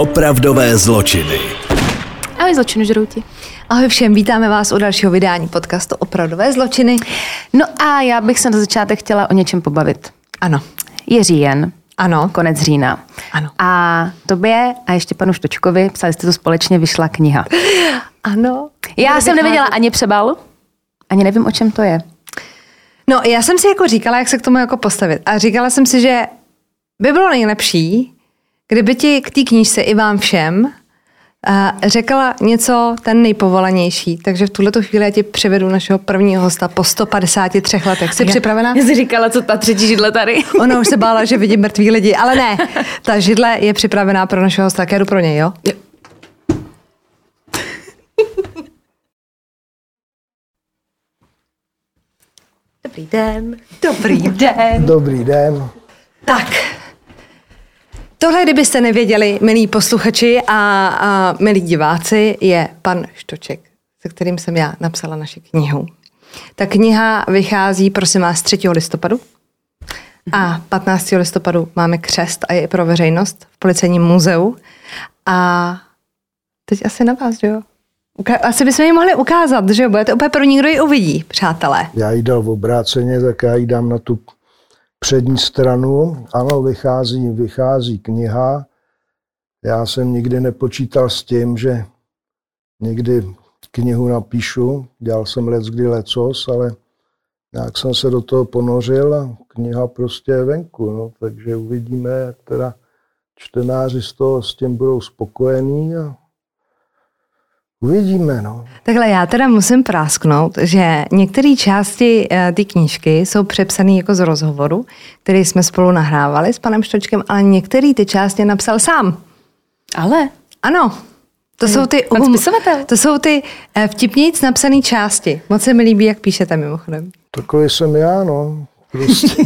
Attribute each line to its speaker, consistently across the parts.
Speaker 1: Opravdové zločiny.
Speaker 2: Ahoj zločinožrouti.
Speaker 3: Ahoj všem, vítáme vás u dalšího vydání podcastu Opravdové zločiny.
Speaker 2: No a já bych se na začátek chtěla o něčem pobavit.
Speaker 3: Ano.
Speaker 2: Je říjen.
Speaker 3: Ano.
Speaker 2: Konec října.
Speaker 3: Ano.
Speaker 2: A tobě a ještě panu Štočkovi, psali jste to společně, vyšla kniha.
Speaker 3: Ano.
Speaker 2: Já jsem nevěděla ani přebal, ani nevím, o čem to je.
Speaker 3: No, já jsem si jako říkala, jak se k tomu jako postavit. A říkala jsem si, že by bylo nejlepší, kdyby ti k té knížce i vám všem řekla něco ten nejpovolanější. Takže v tuhleto chvíli já ti přivedu našeho prvního hosta po 153 letech. Jsi připravená?
Speaker 2: Já jsi říkala, co ta třetí židle tady.
Speaker 3: Ona už se bála, že vidím mrtvý lidi, ale ne. Ta židle je připravená pro našeho hosta, tak já jdu pro něj, jo? Dobrý den. Dobrý den.
Speaker 4: Dobrý den.
Speaker 3: Tak. Tohle, kdybyste nevěděli, milí posluchači a milí diváci, je pan Štoček, se kterým jsem já napsala naši knihu. Ta kniha vychází, prosím vás, 3. listopadu a 15. listopadu máme křest a je i pro veřejnost v Policejním muzeu. A teď asi na vás, že jo? Asi bychom ji mohli ukázat, že jo? Budete úplně pro nikdo ji uvidí, přátelé.
Speaker 4: Já ji dal v obráceně, tak já ji dám na tu přední stranu. Ano, vychází kniha. Já jsem nikdy nepočítal s tím, že někdy knihu napíšu. Dělal jsem leckdy lecos, ale nějak jsem se do toho ponořil a kniha prostě je venku. No. Takže uvidíme, jak teda čtenáři s tím budou spokojení a uvidíme, no.
Speaker 3: Takhle já teda musím prásknout, že některé části té knížky jsou přepsané jako z rozhovoru, který jsme spolu nahrávali s panem Štočkem, ale některé ty části napsal sám.
Speaker 2: Ale?
Speaker 3: Ano. To jsou ty vtipnějc napsané části. Moc se mi líbí, jak píšete mimochodem.
Speaker 4: Takový jsem já, no. Prostě.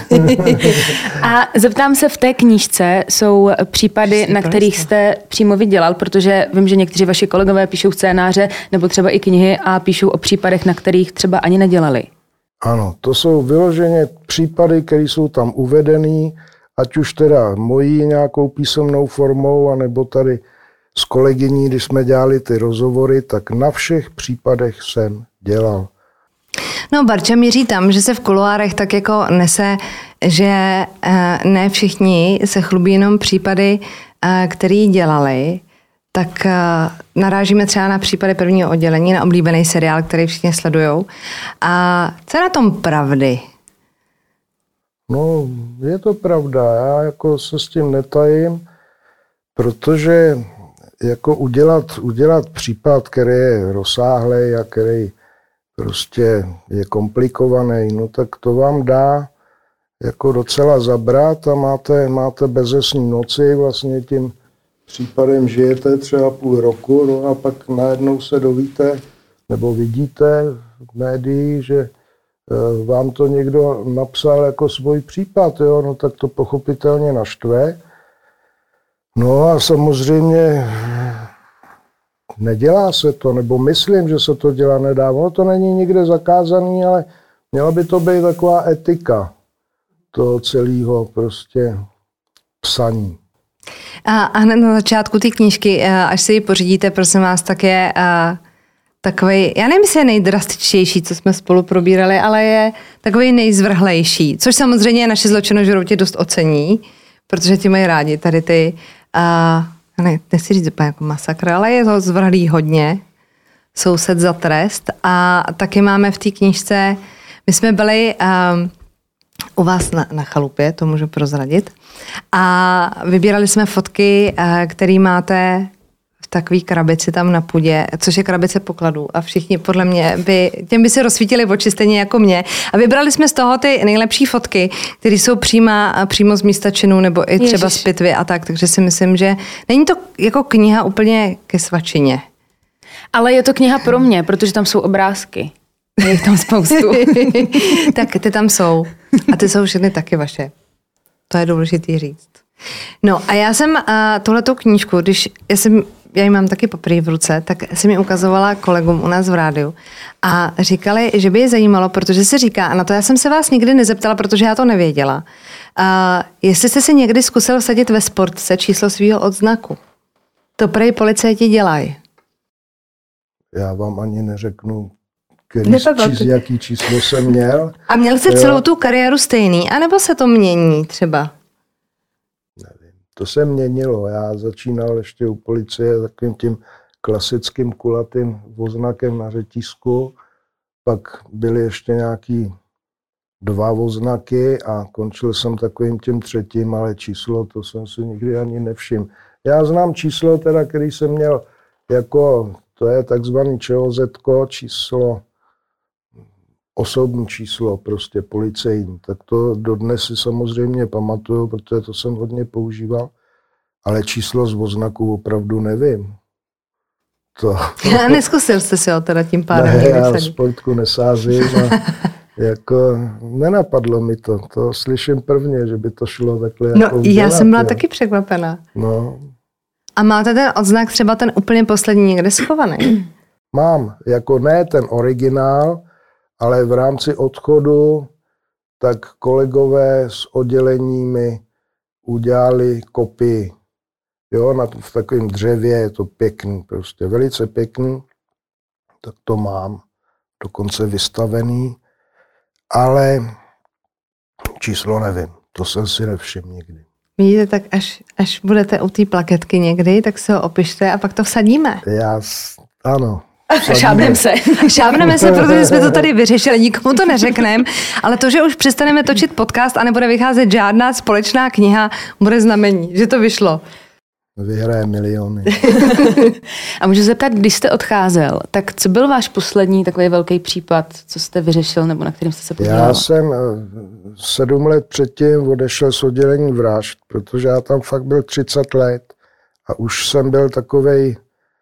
Speaker 2: A zeptám se, v té knížce jsou případy, na kterých jste přímo vydělal, protože vím, že někteří vaši kolegové píšou scénáře nebo třeba i knihy a píšou o případech, na kterých třeba ani nedělali.
Speaker 4: Ano, to jsou vyloženě případy, které jsou tam uvedený, ať už teda mojí nějakou písemnou formou, anebo tady s kolegyní, když jsme dělali ty rozhovory, tak na všech případech jsem dělal.
Speaker 3: No, Barča míří tam, že se v kuloárech tak jako nese, že ne všichni se chlubí jenom případy, který dělali, tak narážíme třeba na případy prvního oddělení, na oblíbený seriál, který všichni sledujou. A co je na tom pravdy?
Speaker 4: No, je to pravda. Já jako se s tím netajím, protože jako udělat případ, který je rozsáhlý a který prostě je komplikovaný, no tak to vám dá jako docela zabrat a máte bezesní noci, vlastně tím případem žijete třeba půl roku, no a pak najednou se dovíte nebo vidíte v médiích, že vám to někdo napsal jako svůj případ, jo, no tak to pochopitelně naštve. No a samozřejmě nedělá se to, nebo myslím, že se to dělá nedá. No to není nikde zakázaný, ale měla by to být taková etika toho celého prostě psaní.
Speaker 3: A hned na začátku té knížky, až si ji pořídíte, prosím vás, tak je takovej, já nevím, jestli je nejdrastičtější, co jsme spolu probírali, ale je takovej nejzvrhlejší, což samozřejmě naši zločinožrouti dost ocení, protože ti mají rádi tady ty nechci říct úplně jako masakr, ale je to zvrhlý hodně. Soused za trest. A taky máme v té knížce, my jsme byli u vás na chalupě, to můžu prozradit. A vybírali jsme fotky, které máte v takové krabici tam na půdě, což je krabice pokladů. A všichni podle mě těm by se rozsvítili oči stejně jako mě. A vybrali jsme z toho ty nejlepší fotky, které jsou přímo z místa činu nebo i třeba z pitvy a tak. Takže si myslím, že není to jako kniha úplně ke svačině.
Speaker 2: Ale je to kniha pro mě, protože tam jsou obrázky. Je jich tam spoustu.
Speaker 3: Tak ty tam jsou. A ty jsou všechny taky vaše. To je důležitý říct. No a já jsem tuhletou knížku, já ji mám taky poprvé v ruce, tak jsem ji ukazovala kolegům u nás v rádiu a říkali, že by je zajímalo, protože se říká, a na to já jsem se vás nikdy nezeptala, protože já to nevěděla, jestli jste si někdy zkusil vsadit ve sportce číslo svého odznaku. To prej policajti dělají.
Speaker 4: Já vám ani neřeknu, jaký číslo jsem měl.
Speaker 3: A měl jsi celou tu kariéru stejný, anebo se to mění třeba?
Speaker 4: Nevím, to se měnilo. Já začínal ještě u policie takovým tím klasickým kulatým voznakem na řetízku, pak byly ještě nějaký 2 voznaky a končil jsem takovým tím 3., ale číslo, to jsem si nikdy ani nevšiml. Já znám číslo, teda, který jsem měl jako, to je takzvaný ČOZ-ko, číslo, osobní číslo, prostě policejní. Tak to dodnes si samozřejmě pamatuju, protože to jsem hodně používal, ale číslo z voznaku opravdu nevím. To...
Speaker 3: Já neskusil jste si ho teda tím pádem.
Speaker 4: Ne, já v sportku nesázím a jako nenapadlo mi to. To slyším prvně, že by to šlo takhle.
Speaker 3: No,
Speaker 4: jako
Speaker 3: já jsem byla taky překvapená.
Speaker 4: No.
Speaker 3: A máte ten odznak třeba ten úplně poslední někde schovaný?
Speaker 4: Mám, jako ne ten originál, ale v rámci odchodu tak kolegové z oddělení mi udělali kopii. Jo, v takovém dřevě je to pěkný, prostě velice pěkný, tak to mám dokonce vystavený, ale číslo nevím, to jsem si nevšiml nikdy.
Speaker 3: Vidíte, tak až budete u té plaketky někdy, tak se ho opište a pak to vsadíme.
Speaker 4: Ano.
Speaker 3: Šábneme se, protože jsme to tady vyřešili, nikomu to neřekneme, ale to, že už přestaneme točit podcast a nebude vycházet žádná společná kniha, bude znamení, že to vyšlo.
Speaker 4: Vyhraje miliony.
Speaker 2: A můžu zeptat, když jste odcházel, tak co byl váš poslední takový velký případ, co jste vyřešil nebo na kterým jste se podíval?
Speaker 4: Já jsem 7 let předtím odešel z oddělení vražd, protože já tam fakt byl 30 let a už jsem byl takovej,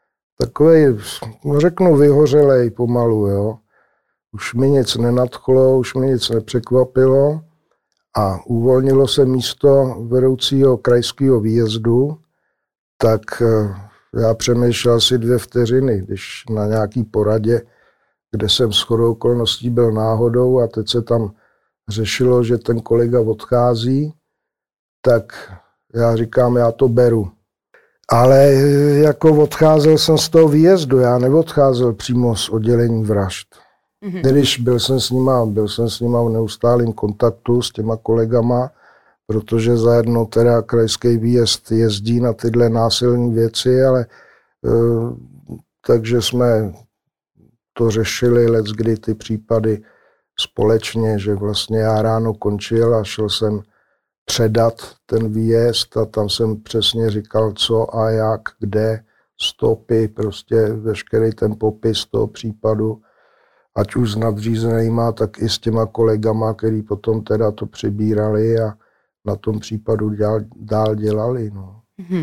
Speaker 4: řeknu, vyhořelej pomalu, jo. Už mi nic nenadchlo, už mi nic nepřekvapilo a uvolnilo se místo vedoucího krajského výjezdu, tak já přemýšlel asi 2 vteřiny, když na nějaký poradě, kde jsem shodou okolností byl náhodou a teď se tam řešilo, že ten kolega odchází, tak já říkám, já to beru. Ale jako odcházel jsem z toho výjezdu, já neodcházel přímo z oddělení vražd. Když byl jsem s nima v neustálém kontaktu s těma kolegama, protože zajedno teda krajský výjezd jezdí na tyhle násilné věci, ale takže jsme to řešili leckdy ty případy společně, že vlastně já ráno končil a šel jsem předat ten výjezd a tam jsem přesně říkal, co a jak, kde, stopy, prostě veškerý ten popis toho případu, ať už s nadřízenýma, tak i s těma kolegama, který potom teda to přibírali a na tom případu dál dělali. No.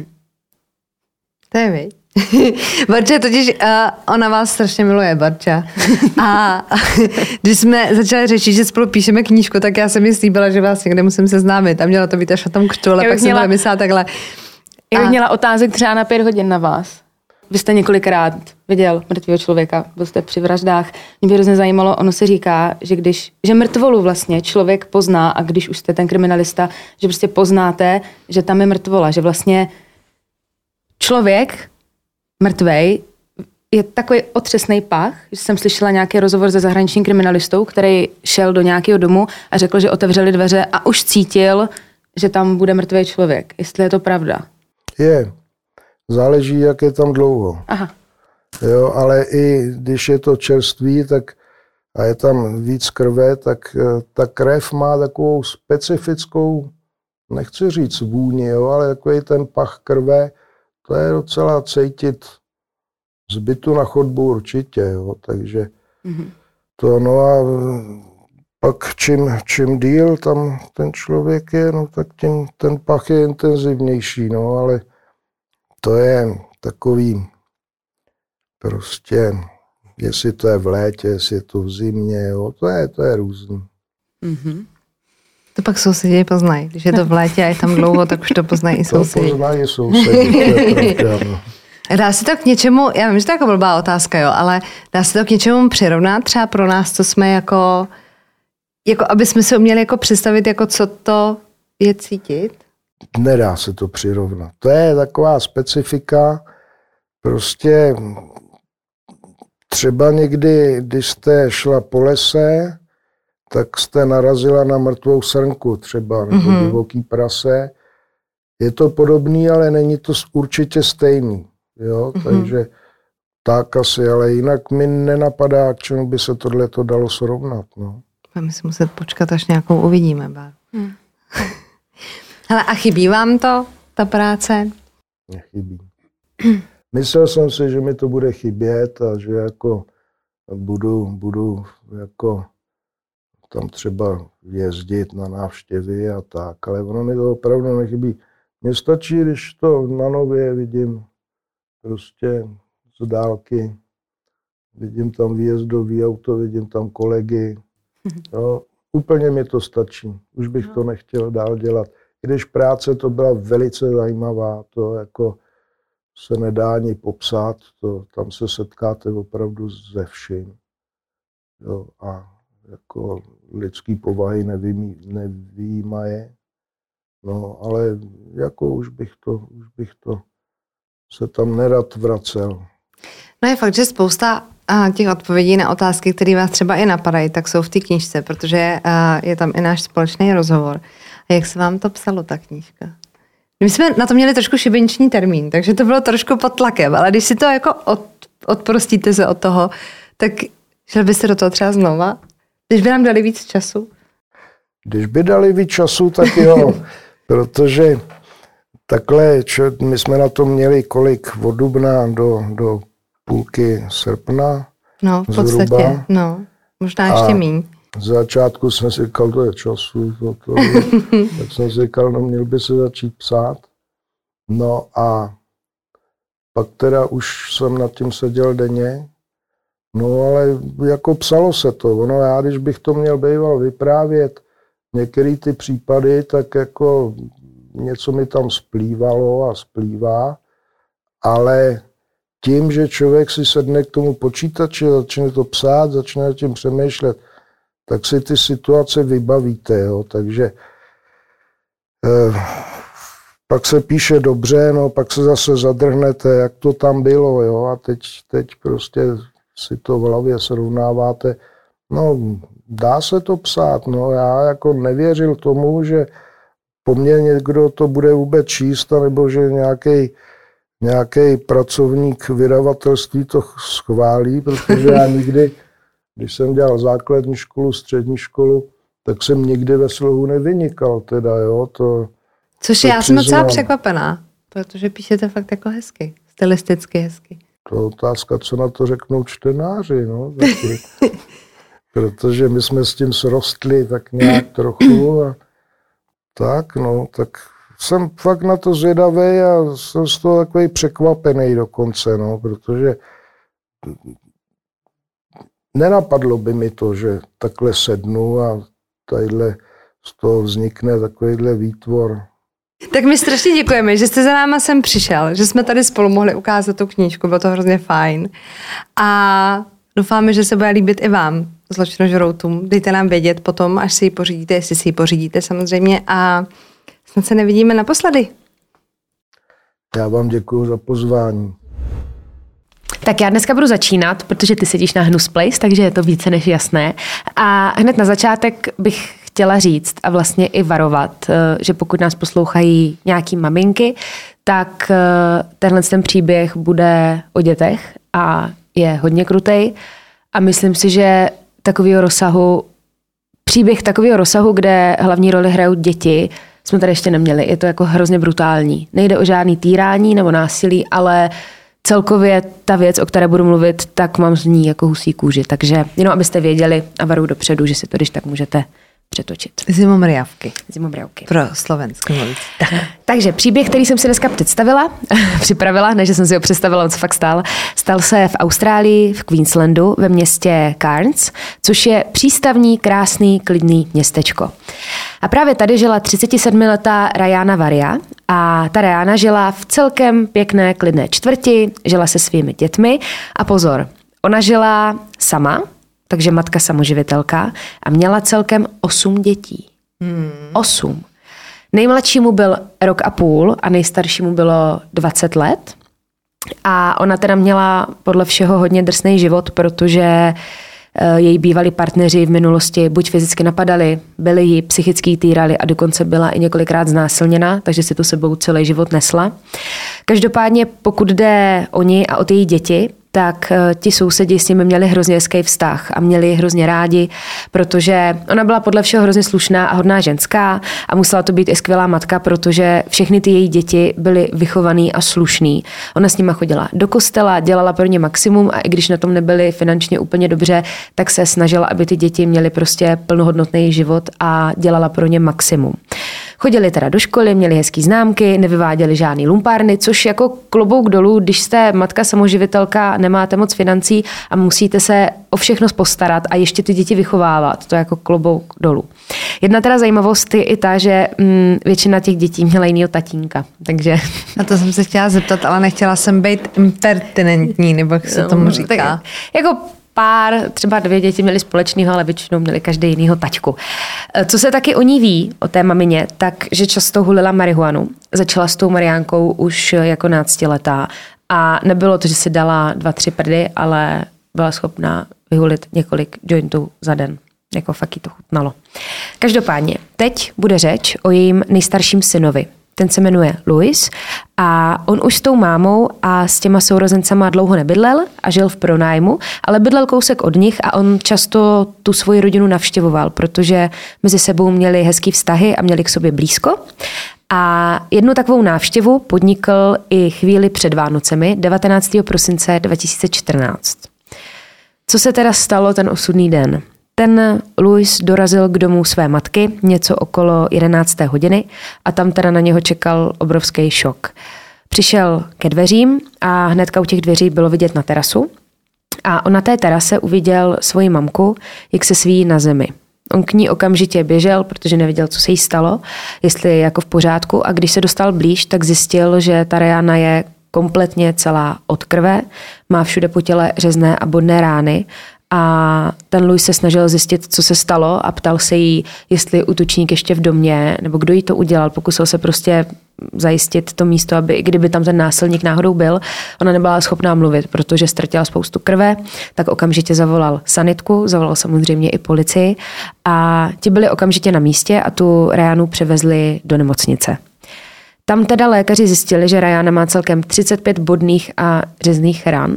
Speaker 3: To je viď. Barča totiž, ona vás strašně miluje, Barča. A když jsme začali řešit, že spolu píšeme knížku, tak já jsem mi slíbila, že vás někde musím seznámit. A měla to být až o tom křtu, ale pak jsem to myslela takhle.
Speaker 2: Já bych měla otázek třeba na 5 hodin na vás. Vy jste několikrát viděl mrtvého člověka, byl jste při vraždách. Mě by hrozně zajímalo, ono se říká, že mrtvolu vlastně člověk pozná a když už jste ten kriminalista, že prostě poznáte, že tam je mrtvola, že vlastně člověk mrtvej je takový otřesný pach, že jsem slyšela nějaký rozhovor se zahraničním kriminalistou, který šel do nějakého domu a řekl, že otevřeli dveře a už cítil, že tam bude mrtvý člověk. Jestli je to pravda?
Speaker 4: Je. Záleží, jak je tam dlouho.
Speaker 2: Aha.
Speaker 4: Jo, ale i když je to čerstvý, tak a je tam víc krve, tak ta krev má takovou specifickou, nechci říct vůni, jo, ale takový ten pach krve, to je docela cítit z bytu na chodbu určitě, jo, takže to, no a pak čím díl tam ten člověk je, no tak tím ten pach je intenzivnější, no, ale to je takový prostě, jestli to je v létě, jestli je to v zimě, jo, to je různý.
Speaker 3: To pak sousedí poznají. Když je to v létě a je tam dlouho, tak už to poznají i sousedí.
Speaker 4: To poznají sousedí, to je pravda.
Speaker 3: Dá se to k něčemu, já vím, že to je jako blbá otázka, jo, ale dá se to k něčemu přirovnat třeba pro nás, co jsme jako aby jsme si uměli jako představit, jako co to je cítit?
Speaker 4: Nedá se to přirovnat. To je taková specifika, prostě třeba někdy, když jste šla po lese, tak jste narazila na mrtvou srnku třeba, nebo divoký prase. Je to podobný, ale není to určitě stejný. Jo? Takže tak asi, ale jinak mi nenapadá, k čemu by se tohleto dalo srovnat. No.
Speaker 3: My si muset počkat, až nějakou uvidíme. Hele, a chybí vám to, ta práce?
Speaker 4: Nechybí. Myslel jsem si, že mi to bude chybět a že jako budu jako tam třeba jezdit na návštěvy a tak, ale ono mi to opravdu nechybí. Mně stačí, když to na Nově vidím prostě z dálky, vidím tam výjezdový auto, vidím tam kolegy, jo, úplně mi to stačí, už bych to nechtěl dál dělat. I když práce to byla velice zajímavá, to jako se nedá ani popsat, tam se setkáte opravdu ze vším. Jo, a jako lidský povahy nevyjímaje. No, ale jako už bych to se tam nerad vracel.
Speaker 3: No je fakt, že spousta těch odpovědí na otázky, které vás třeba i napadají, tak jsou v té knížce, protože je tam i náš společný rozhovor. A jak se vám to psalo, ta knížka? My jsme na to měli trošku šibenční termín, takže to bylo trošku pod tlakem, ale když si to jako odprostíte se od toho, tak šel byste do toho třeba znova? Když by nám dali víc času?
Speaker 4: Když by dali víc času, tak jo, protože takhle, my jsme na to měli kolik od dubna do půlky srpna.
Speaker 3: No, v podstatě, zhruba. No, možná ještě míň.
Speaker 4: Z začátku jsem si říkal, to je času, tak jsem si říkal, no měl by se začít psát. No a pak teda už jsem nad tím seděl denně, no ale jako psalo se to, ono já, když bych to měl býval vyprávět, některé ty případy, tak jako něco mi tam splývalo a splývá, ale tím, že člověk si sedne k tomu počítači, začne to psát, začne nad tím přemýšlet, tak si ty situace vybavíte, jo, takže pak se píše dobře, no, pak se zase zadrhnete, jak to tam bylo, jo, a teď prostě si to v hlavě srovnáváte, no, dá se to psát, no, já jako nevěřil tomu, že po mně někdo to bude vůbec číst, nebo že nějaký pracovník vydavatelství to schválí, protože já nikdy, když jsem dělal základní školu, střední školu, tak jsem nikdy ve slohu nevynikal, teda, jo, to...
Speaker 3: Což já jsem docela překvapená, protože píšete fakt jako hezky, stylisticky hezky.
Speaker 4: To je otázka, co na to řeknou čtenáři, no, taky. Protože my jsme s tím srostli tak nějak trochu a tak, no, tak jsem fakt na to zvědavý a jsem z toho takový překvapený dokonce, no, protože nenapadlo by mi to, že takhle sednu a tadyhle z toho vznikne takovýhle výtvor.
Speaker 3: Tak my strašně děkujeme, že jste za náma sem přišel, že jsme tady spolu mohli ukázat tu knížku, bylo to hrozně fajn. A doufáme, že se bude líbit i vám, zločinožroutům. Dejte nám vědět potom, až si ji pořídíte, jestli si ji pořídíte samozřejmě a snad se nevidíme naposledy.
Speaker 4: Já vám děkuju za pozvání.
Speaker 2: Tak já dneska budu začínat, protože ty sedíš na Hnus Place, takže je to více než jasné. A hned na začátek bych chtěla říct a vlastně i varovat, že pokud nás poslouchají nějaký maminky, tak tenhle ten příběh bude o dětech a je hodně krutej. A myslím si, že příběh takového rozsahu, kde hlavní roli hrajou děti, jsme tady ještě neměli. Je to jako hrozně brutální. Nejde o žádný týrání nebo násilí, ale celkově ta věc, o které budu mluvit, tak mám z ní jako husí kůži. Takže jenom abyste věděli a varuju dopředu, že si to když tak můžete přetočit.
Speaker 3: Zimomriavky. Pro slovenské mluvící.
Speaker 2: Takže příběh, který jsem si dneska připravila, než jsem si ho představila, on se fakt stal se v Austrálii, v Queenslandu, ve městě Cairns, což je přístavní, krásný, klidný městečko. A právě tady žila 37letá Rayana Varia a ta Rayana žila v celkem pěkné, klidné čtvrti, žila se svými dětmi a pozor, ona žila sama, takže matka samoživitelka a měla celkem 8 dětí. 8. Nejmladšímu byl 1,5 roku a nejstaršímu bylo 20 let.
Speaker 1: A ona teda měla podle všeho hodně drsný život, protože její bývalí partneři v minulosti buď fyzicky napadali, byli ji psychicky týrali a dokonce byla i několikrát znásilněna, takže si to sebou celý život nesla. Každopádně pokud jde o ní a o ty její děti, tak ti sousedi s nimi měli hrozně hezký vztah a měli ji hrozně rádi, protože ona byla podle všeho hrozně slušná a hodná ženská a musela to být i skvělá matka, protože všechny ty její děti byly vychovaný a slušný. Ona s nima chodila do kostela, dělala pro ně maximum a i když na tom nebyly finančně úplně dobře, tak se snažila, aby ty děti měly prostě plnohodnotný život a dělala pro ně maximum. Chodili teda do školy, měli hezký známky, nevyváděli žádný lumpárny, což jako klobouk dolů, když jste matka samoživitelka, nemáte moc financí a musíte se o všechno postarat a ještě ty děti vychovávat. To je jako klobouk dolů. Jedna teda zajímavost je i ta, že většina těch dětí měla jinýho tatínka. Takže...
Speaker 3: Na to jsem se chtěla zeptat, ale nechtěla jsem být impertinentní, nebo jak se tomu říká.
Speaker 1: Tak, jako pár, třeba 2 děti měly společného, ale většinou měli každý jinýho taťku. Co se taky o ní ví, o té mamině, tak, že často hulila marihuanu. Začala s tou mariánkou už jako náctiletá a nebylo to, že si dala 2-3 prdy, ale byla schopná vyhulit několik jointů za den. Jako fakt jí to chutnalo. Každopádně, teď bude řeč o jejím nejstarším synovi. Ten se jmenuje Louis a on už s tou mámou a s těma sourozencama dlouho nebydlel a žil v pronájmu, ale bydlel kousek od nich a on často tu svoji rodinu navštěvoval, protože mezi sebou měli hezký vztahy a měli k sobě blízko. A jednu takovou návštěvu podnikl i chvíli před Vánocemi 19. prosince 2014. Co se teda stalo ten osudný den? Ten Louis dorazil k domu své matky něco okolo 11. hodiny a tam teda na něho čekal obrovský šok. Přišel ke dveřím a hnedka u těch dveří bylo vidět na terasu a on na té terase uviděl svoji mamku, jak se svíjí na zemi. On k ní okamžitě běžel, protože nevěděl, co se jí stalo, jestli je jako v pořádku a když se dostal blíž, tak zjistil, že ta Rihanna je kompletně celá od krve, má všude po těle řezné a bodné rány. A ten Louis se snažil zjistit, co se stalo a ptal se jí, jestli je útočník ještě v domě, nebo kdo jí to udělal. Pokusil se prostě zajistit to místo, aby i kdyby tam ten násilník náhodou byl, ona nebyla schopná mluvit, protože ztratila spoustu krve, tak okamžitě zavolal sanitku, zavolal samozřejmě i policii a ti byli okamžitě na místě a tu Rihannu převezli do nemocnice. Tam teda lékaři zjistili, že Rihanna má celkem 35 bodných a řezných ran.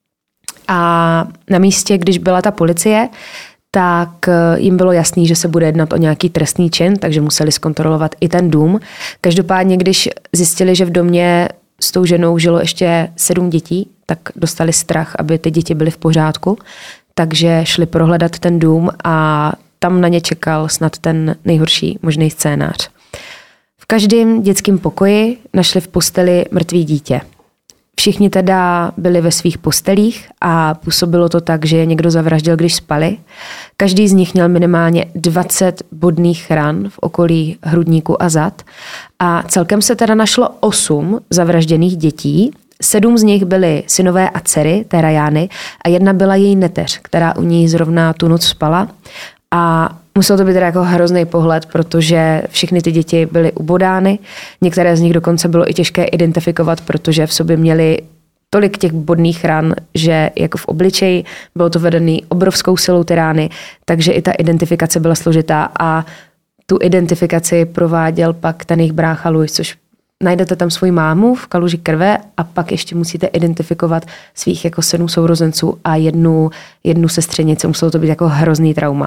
Speaker 1: A na místě, když byla ta policie, tak jim bylo jasný, že se bude jednat o nějaký trestný čin, takže museli zkontrolovat i ten dům. Každopádně, když zjistili, že v domě s tou ženou žilo ještě 7 dětí, tak dostali strach, aby ty děti byly v pořádku, takže šli prohledat ten dům a tam na ně čekal snad ten nejhorší možný scénář. V každém dětském pokoji našli v posteli mrtvý dítě. Všichni teda byli ve svých postelích a působilo to tak, že je někdo zavraždil, když spali. Každý z nich měl minimálně 20 bodných ran v okolí hrudníku a zad. A celkem se teda našlo 8 zavražděných dětí. 7 z nich byly synové a dcery té Rihanny a jedna byla její neteř, která u ní zrovna tu noc spala. A musel to být teda jako hrozný pohled, protože všechny ty děti byly ubodány. Některé z nich dokonce bylo i těžké identifikovat, protože v sobě měli tolik těch bodných ran, že jako v obličeji bylo to vedený obrovskou silou ty rány, takže i ta identifikace byla složitá a tu identifikaci prováděl pak ten jejich brácha Louis, což najdete tam svoji mámu v kaluži krve a pak ještě musíte identifikovat svých jako 7 sourozenců a jednu sestřenici. Muselo to být jako hrozný trauma.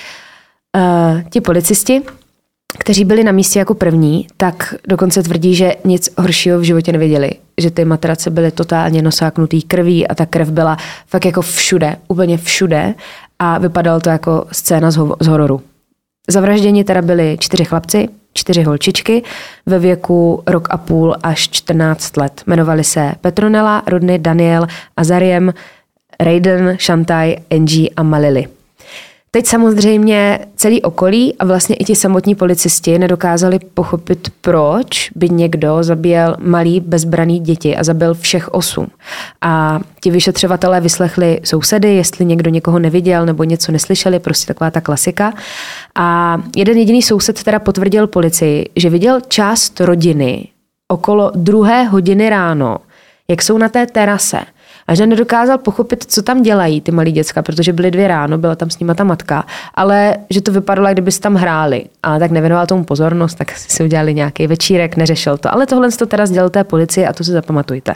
Speaker 1: Ti policisti, kteří byli na místě jako první, tak dokonce tvrdí, že nic horšího v životě neviděli. Že ty matrace byly totálně nasáknutý krví a ta krev byla fakt jako všude, úplně všude a vypadalo to jako scéna z hororu. Zavražděni teda byli 4 chlapci, 4 holčičky ve věku 1,5 roku až 14 let. Jmenovali se Petronella, Rodney, Daniel, Azariem, Raiden, Shantai, Angie a Malili. Teď samozřejmě celý okolí a vlastně i ti samotní policisti nedokázali pochopit, proč by někdo zabíjel malý bezbraný děti a zabil všech 8. A ti vyšetřovatelé vyslechli sousedy, jestli někdo někoho neviděl nebo něco neslyšeli, prostě taková ta klasika. A jeden jediný soused teda potvrdil policii, že viděl část rodiny okolo 2 hodiny ráno, jak jsou na té terase a že nedokázal pochopit, co tam dělají ty malí děcka, protože byly 2 ráno, byla tam s nima ta matka, ale že to vypadalo, jak kdyby si tam hráli. A tak nevěnoval tomu pozornost, tak si udělali nějaký večírek, neřešil to. Ale tohle to teda sdělil té policii a to si zapamatujte.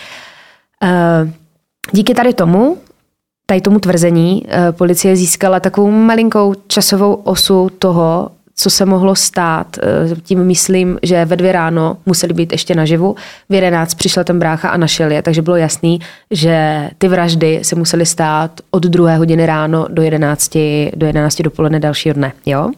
Speaker 1: Díky tady tomu tvrzení policie získala takovou malinkou časovou osu toho, co se mohlo stát. Tím myslím, že ve 2 ráno museli být ještě naživu, v 11 přišel ten brácha a našel je, takže bylo jasný, že ty vraždy se musely stát od 2 hodiny ráno do 11 dopoledne dalšího dne. Jo?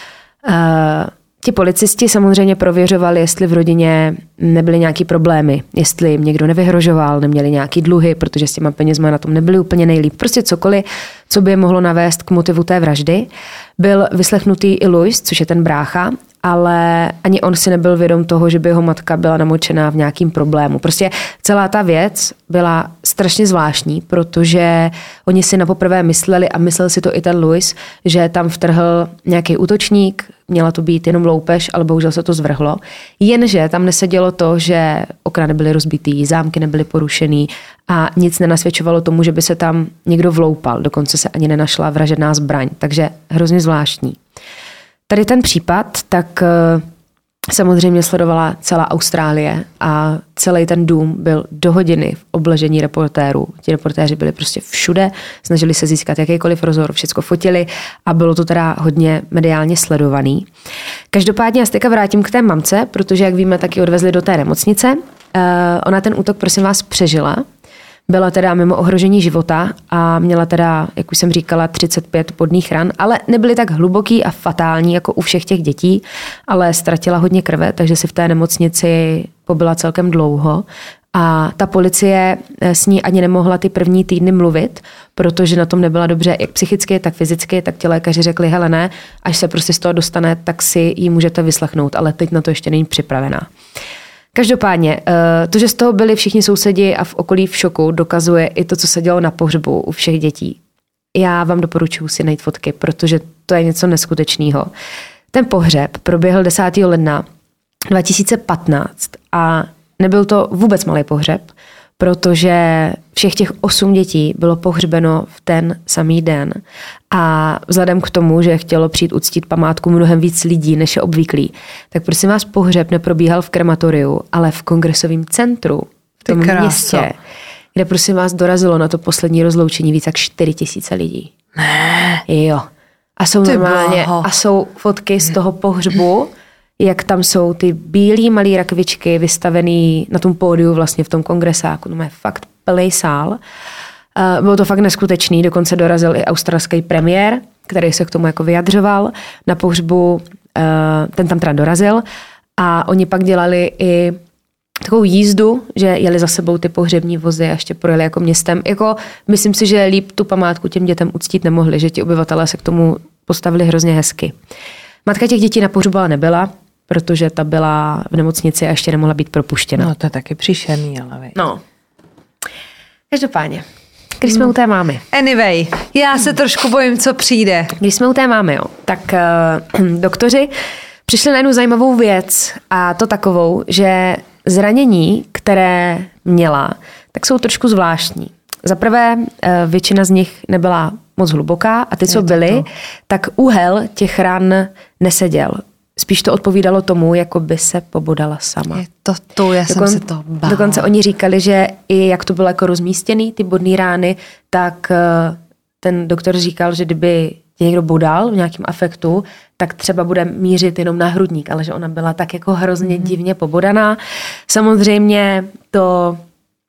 Speaker 1: Ti policisti samozřejmě prověřovali, jestli v rodině nebyly nějaký problémy, jestli jim někdo nevyhrožoval, neměli nějaký dluhy, protože s těma penězma na tom nebyli úplně nejlíp. Prostě cokoliv, co by je mohlo navést k motivu té vraždy. Byl vyslechnutý i Luis, což je ten brácha, ale ani on si nebyl vědom toho, že by jeho matka byla namočená v nějakým problému. Prostě celá ta věc byla strašně zvláštní, protože oni si napoprvé mysleli, a myslel si to i ten Luis, že tam vtrhl nějaký útočník, měla to být jenom loupež, ale bohužel se to zvrhlo. Jenže tam nesedělo to, že okna nebyly rozbitý, zámky nebyly porušený a nic nenasvědčovalo tomu, že by se tam někdo vloupal. Dokonce se ani nenašla vražedná zbraň, takže hrozně zvláštní. Tady ten případ, tak samozřejmě sledovala celá Austrálie a celý ten dům byl do hodiny v obležení reportérů. Ti reportéři byli prostě všude, snažili se získat jakýkoliv rozhovor, všecko fotili a bylo to teda hodně mediálně sledovaný. Každopádně já se teďka vrátím k té mamce, protože jak víme, tak ji odvezli do té nemocnice. Ona ten útok, prosím vás, přežila. Byla teda mimo ohrožení života a měla teda, jak už jsem říkala, 35 bodných ran, ale nebyly tak hluboký a fatální jako u všech těch dětí, ale ztratila hodně krve, takže si v té nemocnici pobyla celkem dlouho. A ta policie s ní ani nemohla ty první týdny mluvit, protože na tom nebyla dobře jak psychicky, tak fyzicky, tak ti lékaři řekli, hele ne, až se prostě z toho dostane, tak si ji můžete vyslechnout, ale teď na to ještě není připravená. Každopádně, to, že z toho byli všichni sousedi a v okolí v šoku, dokazuje i to, co se dělo na pohřbu u všech dětí. Já vám doporučuji si najít fotky, protože to je něco neskutečného. Ten pohřeb proběhl 10. ledna 2015 a nebyl to vůbec malý pohřeb, protože všech těch 8 dětí bylo pohřbeno v ten samý den. A vzhledem k tomu, že chtělo přijít uctít památku mnohem víc lidí, než je obvyklý, tak prosím vás, pohřeb neprobíhal v krematoriu, ale v kongresovém centru, v tom městě, kde prosím vás dorazilo na to poslední rozloučení víc jak 4 000 lidí.
Speaker 3: Ne.
Speaker 1: Jo. A jsou normálně, a jsou fotky z toho pohřbu, jak tam jsou ty bílý malý rakvičky vystavený na tom pódiu vlastně v tom kongresáku. To je fakt plný sál. Bylo to fakt neskutečný, dokonce dorazil i australský premiér, který se k tomu jako vyjadřoval. Na pohřbu ten tam teda dorazil a oni pak dělali i takovou jízdu, že jeli za sebou ty pohřební vozy a ještě projeli jako městem. Jako, myslím si, že líp tu památku těm dětem uctít nemohli, že ti obyvatelé se k tomu postavili hrozně hezky. Matka těch dětí na pohřbu ale nebyla, protože ta byla v nemocnici a ještě nemohla být propuštěna.
Speaker 3: No to je taky příšerný, ale vej.
Speaker 1: No. Každopádně, když jsme u té mámy.
Speaker 3: Anyway, já se trošku bojím, co přijde.
Speaker 1: Když jsme u té mámy, jo, tak doktoři přišli na jednu zajímavou věc a to takovou, že zranění, které měla, tak jsou trošku zvláštní. Za prvé, většina z nich nebyla moc hluboká a ty, co byly, tak úhel těch ran neseděl. Spíš to odpovídalo tomu, jako by se pobodala sama.
Speaker 3: Já jsem se to bála.
Speaker 1: Dokonce oni říkali, že i jak to bylo jako rozmístěný, ty bodné rány, tak ten doktor říkal, že kdyby tě někdo bodal v nějakém afektu, tak třeba bude mířit jenom na hrudník, ale že ona byla tak jako hrozně divně pobodaná. Samozřejmě to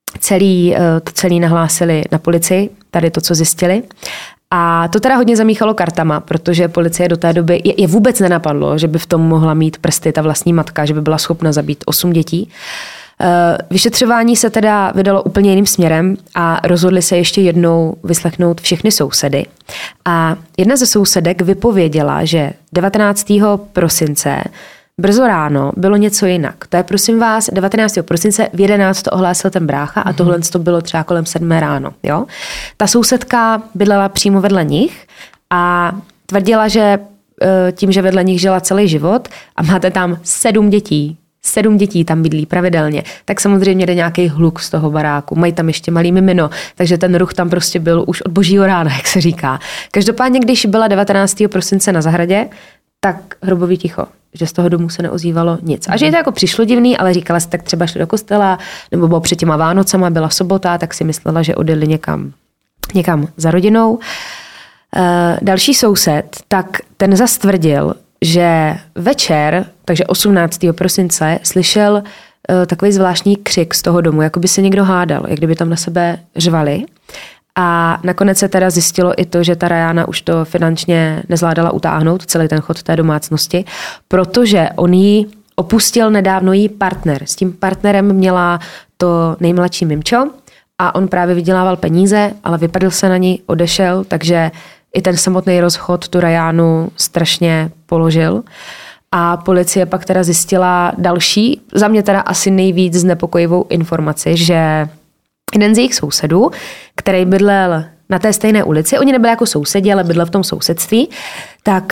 Speaker 1: celý nahlásili na policii, tady to, co zjistili. A to teda hodně zamíchalo kartama, protože policie do té doby je vůbec nenapadlo, že by v tom mohla mít prsty ta vlastní matka, že by byla schopna zabít 8 dětí. Vyšetřování se teda vydalo úplně jiným směrem a rozhodli se ještě jednou vyslechnout všechny sousedy. A jedna ze sousedek vypověděla, že 19. prosince brzo ráno bylo něco jinak. To je, prosím vás, 19. prosince v 11 to ohlásil ten brácha a tohle to bylo třeba kolem 7 ráno. Jo? Ta sousedka bydlela přímo vedle nich a tvrdila, že tím, že vedle nich žila celý život a máte tam 7 dětí, 7 dětí tam bydlí pravidelně, tak samozřejmě jde nějaký hluk z toho baráku. Mají tam ještě malý mimino, takže ten ruch tam prostě byl už od božího rána, jak se říká. Každopádně, když byla 19. prosince na zahradě, tak hrobový ticho, že z toho domu se neozývalo nic. A že je to jako přišlo divný, ale říkala si, tak třeba šli do kostela, nebo bylo před těma Vánocema, byla sobota, tak si myslela, že odjeli někam za rodinou. Další soused, tak ten zas tvrdil, že večer, takže 18. prosince, slyšel takový zvláštní křik z toho domu, jako by se někdo hádal, jak kdyby tam na sebe řvali. A nakonec se teda zjistilo i to, že ta Rajana už to finančně nezvládala utáhnout, celý ten chod té domácnosti, protože on jí opustil nedávno jí partner. S tím partnerem měla to nejmladší mimčo a on právě vydělával peníze, ale vypadl se na ní, odešel, takže i ten samotný rozchod tu Rajanu strašně položil. A policie pak teda zjistila další, za mě teda asi nejvíc znepokojivou informaci, že jeden z jejich sousedů, který bydlel na té stejné ulici, oni nebyli jako sousedi, ale bydlel v tom sousedství, tak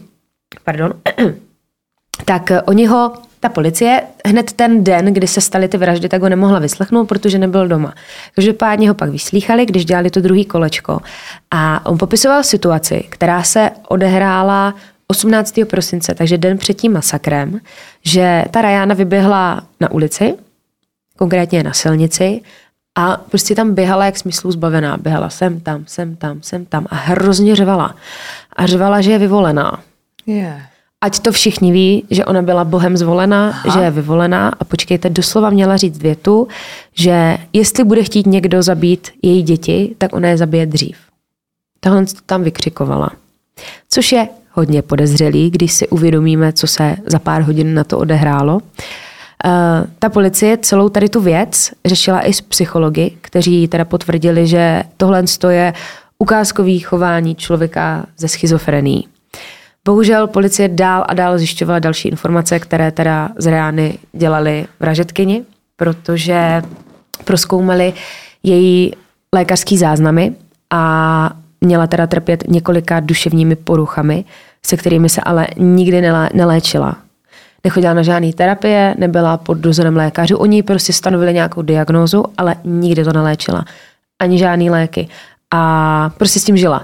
Speaker 1: oni ho, ta policie, hned ten den, kdy se staly ty vraždy, tak ho nemohla vyslechnout, protože nebyl doma. Každopádně ho pak vyslýchali, když dělali to druhý kolečko. A on popisoval situaci, která se odehrála 18. prosince, takže den před tím masakrem, že ta Rajana vyběhla na ulici, konkrétně na silnici, a prostě tam běhala jak smyslu zbavená. Běhala sem tam a hrozně řvala. A řvala, že je vyvolená.
Speaker 3: Yeah.
Speaker 1: Ať to všichni ví, že ona byla Bohem zvolená, že je vyvolená a počkejte, doslova měla říct větu, že jestli bude chtít někdo zabít její děti, tak ona je zabije dřív. Tohle to tam vykřikovala. Což je hodně podezřelý, když si uvědomíme, co se za pár hodin na to odehrálo. Ta policie celou tady tu věc řešila i s psychologi, kteří teda potvrdili, že tohle je ukázkový chování člověka ze schizofrenií. Bohužel policie dál a dál zjišťovala další informace, které teda z Rajany dělali vražedkyni, protože prozkoumali její lékařský záznamy a měla teda trpět několika duševními poruchami, se kterými se ale nikdy neléčila. Nechodila na žádné terapie, nebyla pod dozorem lékařů. Oni prostě stanovili nějakou diagnózu, ale nikdy to neléčila. Ani žádný léky. A prostě s tím žila.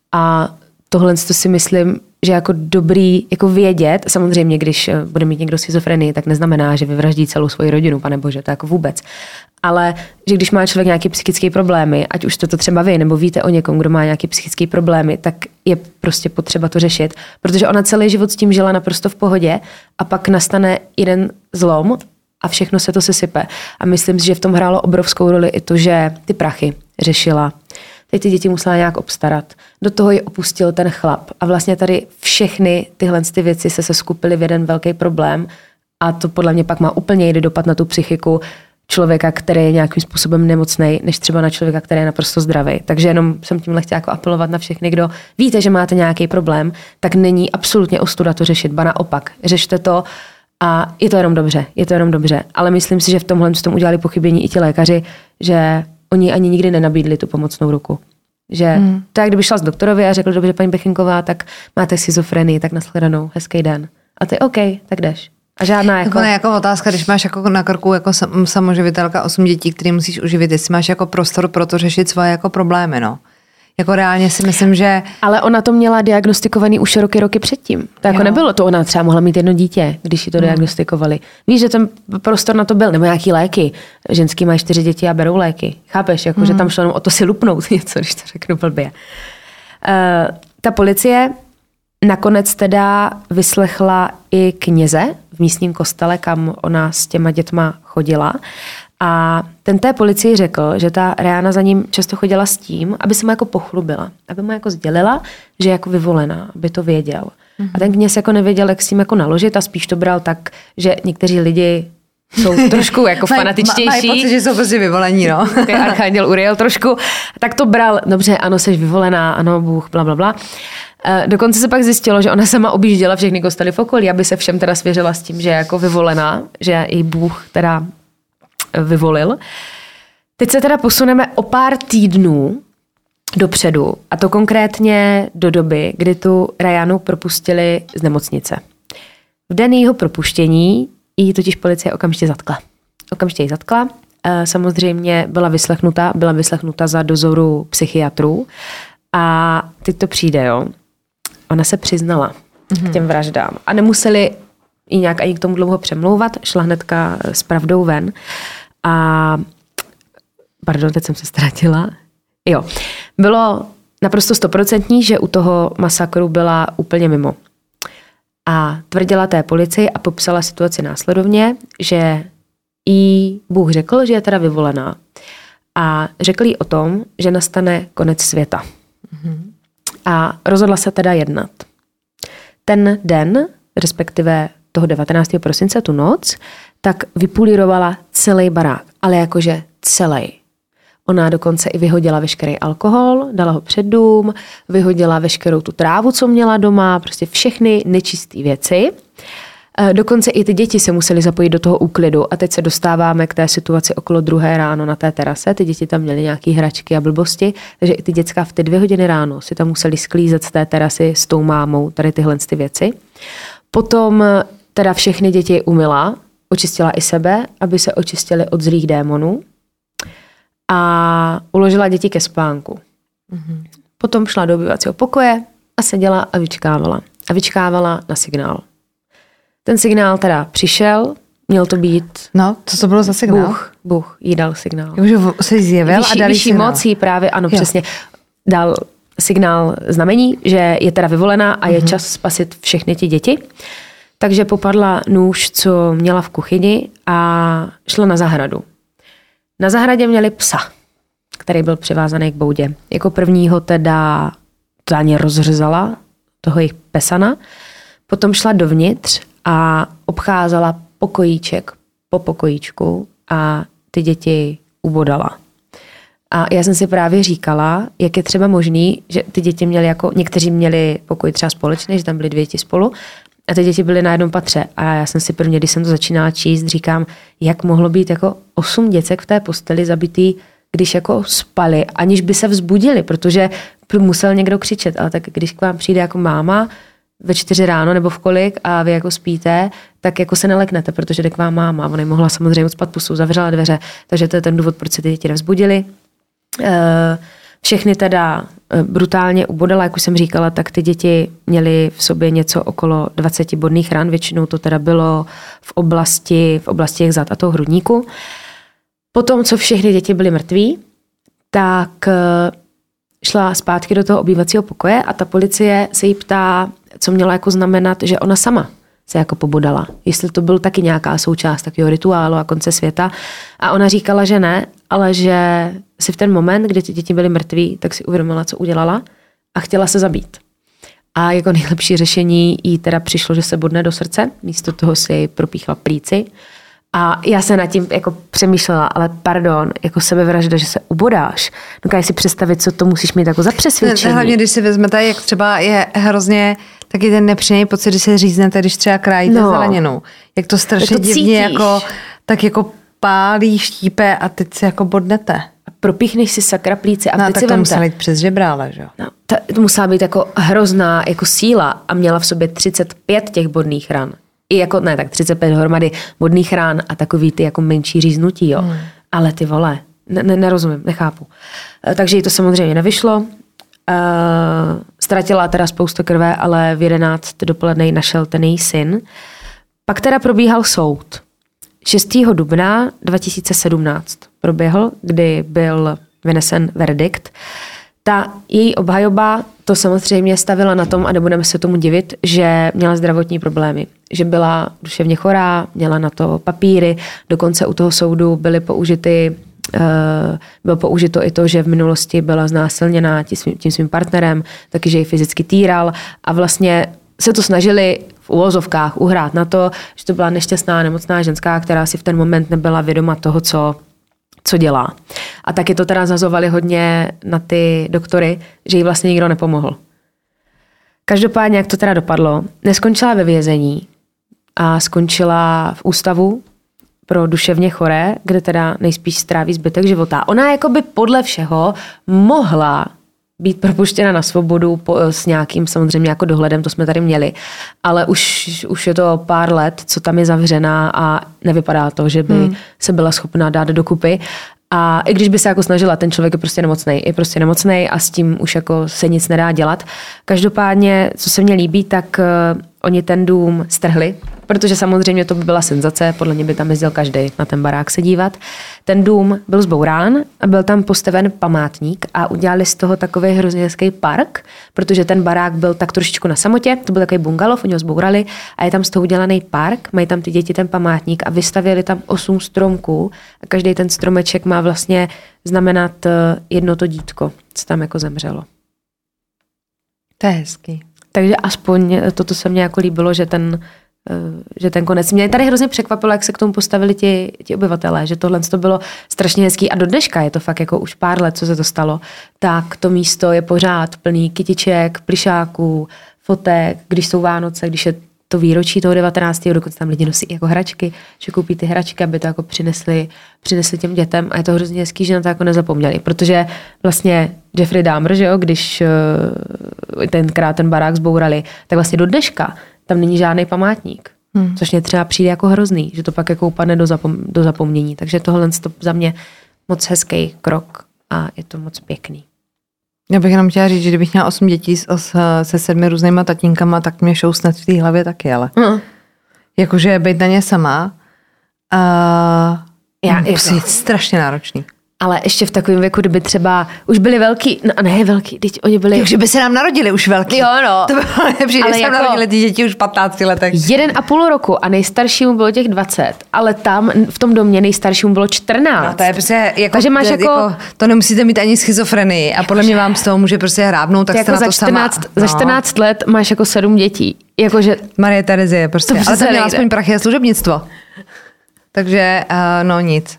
Speaker 1: A tohle si myslím, že jako dobrý jako vědět, samozřejmě, když bude mít někdo schizofrenii, tak neznamená, že vyvraždí celou svoji rodinu, panebože, to jako vůbec. Ale že když má člověk nějaké psychické problémy, ať už to třeba vy, nebo víte o někom, kdo má nějaké psychické problémy, tak je prostě potřeba to řešit, protože ona celý život s tím žila naprosto v pohodě a pak nastane jeden zlom a všechno se to sesype. A myslím si, že v tom hrálo obrovskou roli i to, že ty prachy řešila. Teď ty děti musela nějak obstarat. Do toho ji opustil ten chlap. A vlastně tady všechny tyhle věci se skupily v jeden velký problém. A to podle mě pak má úplně jiný dopad na tu psychiku člověka, který je nějakým způsobem nemocnej, než třeba na člověka, který je naprosto zdravý. Takže jenom jsem tímhle chtěla jako apelovat na všechny, kdo víte, že máte nějaký problém, tak není absolutně ostuda to řešit, ba naopak. Řešte to a je to jenom dobře. Ale myslím si, že v tomhle tom udělali pochybení i ti lékaři, že oni ani nikdy nenabídli tu pomocnou ruku. Že to jak kdyby šla z doktorovi a řekl, dobře, paní Bechinková, tak máte schizofrenii, tak nashledanou, hezký den. A ty OK, tak jdeš. A žádná jako...
Speaker 3: Jako otázka, když máš jako na krku jako samoživitelka 8 dětí, které musíš uživit, jestli máš jako prostor pro to řešit svoje jako problémy, no. Jako reálně si myslím, že...
Speaker 1: Ale ona to měla diagnostikovaný už roky předtím. To jako nebylo to, ona třeba mohla mít jedno dítě, když ji to diagnostikovali. Víš, že ten prostor na to byl, nebo nějaký léky. Ženský mají 4 děti a berou léky. Chápeš, jako, že tam šlo jenom o to si lupnout něco, když to řeknu blbě. Ta policie nakonec teda vyslechla i kněze v místním kostele, kam ona s těma dětma chodila. A ten té policii řekl, že ta Rajana za ním často chodila s tím, aby se mu jako pochlubila, aby mu jako sdělila, že je jako vyvolená, aby to věděl. A ten kněz jako nevěděl, jak s tím jako naložit a spíš to bral tak, že někteří lidi jsou trošku jako fanatičtější.
Speaker 3: Mají pocit, že jsou prostě vyvolení, no.
Speaker 1: Archanděl Uriel trošku. Tak to bral, dobře, ano, jsi vyvolená, ano, Bůh, blablabla. Dokonce se pak zjistilo, že ona sama objížděla všechny kostely v okolí, aby se všem teda svěřila s tím, že je jako vyvolená, že její Bůh teda vyvolil. Teď se teda posuneme o pár týdnů dopředu, a to konkrétně do doby, kdy tu Rajanu propustili z nemocnice. V den jejího propuštění jí totiž policie okamžitě zatkla. Okamžitě ji zatkla. Samozřejmě byla vyslechnuta za dozoru psychiatrů a teď to přijde, jo. Ona se přiznala k těm vraždám a nemuseli ji nějak ani k tomu dlouho přemlouvat, šla hnedka s pravdou ven a pardon, teď jsem se ztratila. Jo, bylo naprosto 100%, že u toho masakru byla úplně mimo. A tvrdila té policii a popsala situaci následovně, že jí Bůh řekl, že je teda vyvolená. A řekl jí o tom, že nastane konec světa. A rozhodla se teda jednat. Ten den, respektive toho 19. prosince, tu noc, tak vypulírovala celý barák. Ale jakože celý. Ona dokonce i vyhodila veškerý alkohol, dala ho před dům, vyhodila veškerou tu trávu, co měla doma, prostě všechny nečisté věci. Dokonce i ty děti se museli zapojit do toho úklidu a teď se dostáváme k té situaci okolo 2 ráno na té terase. Ty děti tam měly nějaké hračky a blbosti, takže i ty děcka v ty 2 hodiny ráno si tam museli sklízet z té terasy s tou mámou tady tyhle ty věci. Potom teda všechny děti umyla, očistila i sebe, aby se očistili od zlých démonů a uložila děti ke spánku. Potom šla do obývacího pokoje a seděla a vyčkávala. A vyčkávala na signál. Ten signál teda přišel, měl to být...
Speaker 3: No, co to bylo za signál?
Speaker 1: Bůh jí dal signál.
Speaker 3: Jakože se zjevil a dal
Speaker 1: vyšší mocí právě, ano, přesně, dal signál znamení, že je teda vyvolená a je čas spasit všechny ty děti. Takže popadla nůž, co měla v kuchyni a šla na zahradu. Na zahradě měli psa, který byl přivázaný k boudě. Jako prvního teda totálně rozřezala toho jejich pesana, potom šla dovnitř a obcházela pokojíček po pokojíčku a ty děti ubodala. A já jsem si právě říkala, jak je třeba možný, že ty děti měly jako, někteří měli pokoj třeba společný, že tam byly 2 děti spolu a ty děti byly na jednom patře. A já jsem si prvně, když jsem to začínala číst, říkám, jak mohlo být jako 8 děcek v té posteli zabitý, když jako spali, aniž by se vzbudili, protože musel někdo křičet. Ale tak když k vám přijde jako máma ve 4 ráno nebo v kolik a vy jako spíte, tak jako se neleknete, protože jde k vám máma. Ona mohla samozřejmě odspat pusu, zavřela dveře, takže to je ten důvod, proč se ty děti nevzbudily. Všechny teda brutálně ubodala, jak už jsem říkala, tak ty děti měly v sobě něco okolo 20 bodných ran, většinou to teda bylo v oblasti jejich zad a toho hrudníku. Potom, co všechny děti byly mrtví, tak šla zpátky do toho obývacího pokoje a ta policie se jí ptá, co měla jako znamenat, že ona sama se jako pobodala. Jestli to byl taky nějaká součást takového rituálu a konce světa. A ona říkala, že ne, ale že si v ten moment, kdy ty děti byly mrtví, tak si uvědomila, co udělala a chtěla se zabít. A jako nejlepší řešení jí teda přišlo, že se bodne do srdce, místo toho si propíchla plíci. A já se nad tím jako přemýšlela, ale pardon, jako sebevražda, že se ubodáš. Dokážeš si představit, co to musíš mít jako za přesvědčení.
Speaker 3: Hlavně, když si vezmete, jak třeba je hrozně taky ten nepříjemný pocit, když se říznete, když třeba krájíte zeleninou. Jak to strašně divně jako, tak jako pálí, štípe a teď si jako bodnete.
Speaker 1: A propíchneš si sakra plíci a
Speaker 3: no,
Speaker 1: teď
Speaker 3: tak
Speaker 1: si
Speaker 3: to musela jít přes žebrále, že jo?
Speaker 1: No, to musela být jako hrozná jako síla a měla v sobě 35 těch bodných ran. I jako, ne, tak 35 dohromady bodných rán a takový ty jako menší říznutí, jo. Ale ty vole, nerozumím, nechápu. Takže jí to samozřejmě nevyšlo. Ztratila teda spoustu krve, ale v 11 dopoledne našel ten její syn. Pak teda probíhal soud. 6. dubna 2017 proběhl, kdy byl vynesen verdikt. Ta její obhajoba to samozřejmě stavila na tom, a nebudeme se tomu divit, že měla zdravotní problémy. Že byla duševně chorá, měla na to papíry, dokonce u toho soudu bylo použito i to, že v minulosti byla znásilněná tím svým partnerem, taky, že ji fyzicky týral a vlastně se to snažili v uvozovkách uhrát na to, že to byla nešťastná, nemocná ženská, která si v ten moment nebyla vědoma toho, co dělá. A taky to teda zazovali hodně na ty doktory, že jí vlastně nikdo nepomohl. Každopádně, jak to teda dopadlo, neskončila ve vězení a skončila v ústavu pro duševně choré, kde teda nejspíš stráví zbytek života. Ona jakoby podle všeho mohla být propuštěna na svobodu s nějakým samozřejmě jako dohledem, to jsme tady měli, ale už je to pár let, co tam je zavřená a nevypadá to, že by se byla schopná dát dokupy. A i když by se jako snažila, ten člověk je prostě nemocnej a s tím už jako se nic nedá dělat. Každopádně, co se mně líbí, tak oni ten dům strhli, protože samozřejmě to by byla senzace, podle mě by tam jezdil každý na ten barák se dívat. Ten dům byl zbourán a byl tam postaven památník a udělali z toho takový hrozně hezký park, protože ten barák byl tak trošičku na samotě, to byl takový bungalov, oni ho zbourali a je tam z toho udělaný park, mají tam ty děti ten památník a vystavěli tam 8 stromků a každý ten stromeček má vlastně znamenat jedno to dítko, co tam jako zemřelo.
Speaker 3: To je hezký.
Speaker 1: Takže aspoň toto se mně jako líbilo, že ten konec. Mě tady hrozně překvapilo, jak se k tomu postavili ti obyvatelé, že tohle to bylo strašně hezký a do dneška je to fakt jako už pár let, co se to stalo, tak to místo je pořád plný kytiček, plišáků, fotek, když jsou Vánoce, když je to výročí toho 19. dokonce tam lidi nosí jako hračky, že koupí ty hračky, aby to jako přinesli těm dětem a je to hrozně hezký, že na to jako nezapomněli, protože vlastně Jeffrey Dahmer, že jo, když tenkrát ten barák zbourali, tak vlastně do dneška tam není žádný památník, což mě třeba přijde jako hrozný, že to pak jako upadne do zapomnění, takže tohle je za mě moc hezký krok a je to moc pěkný.
Speaker 3: Já bych jenom chtěla říct, že kdybych měla 8 dětí se 7 různýma tatínkama, tak mě šousnat v té hlavě taky, ale jakože být na ně sama je strašně náročný.
Speaker 1: Ale ještě v takovém věku, kdyby třeba už byli velký, no ne velký, teď oni byli...
Speaker 3: Takže by se nám narodili už velký.
Speaker 1: Jo, no.
Speaker 3: To bylo lepší, když se narodili ty děti už v 15 letech.
Speaker 1: 1,5 roku a nejstaršímu bylo těch 20, ale tam v tom domě nejstaršímu bylo 14.
Speaker 3: No to je prostě jako...
Speaker 1: Takže máš jako
Speaker 3: to nemusíte mít ani schizofrenii a podle mě vám z toho může prostě hrábnout, tak jste na to sama.
Speaker 1: Za 14 let máš jako 7 dětí. Jakože...
Speaker 3: Marie Terezie prostě. Ale tam měla aspoň prachy a služebnictvo. Takže no nic.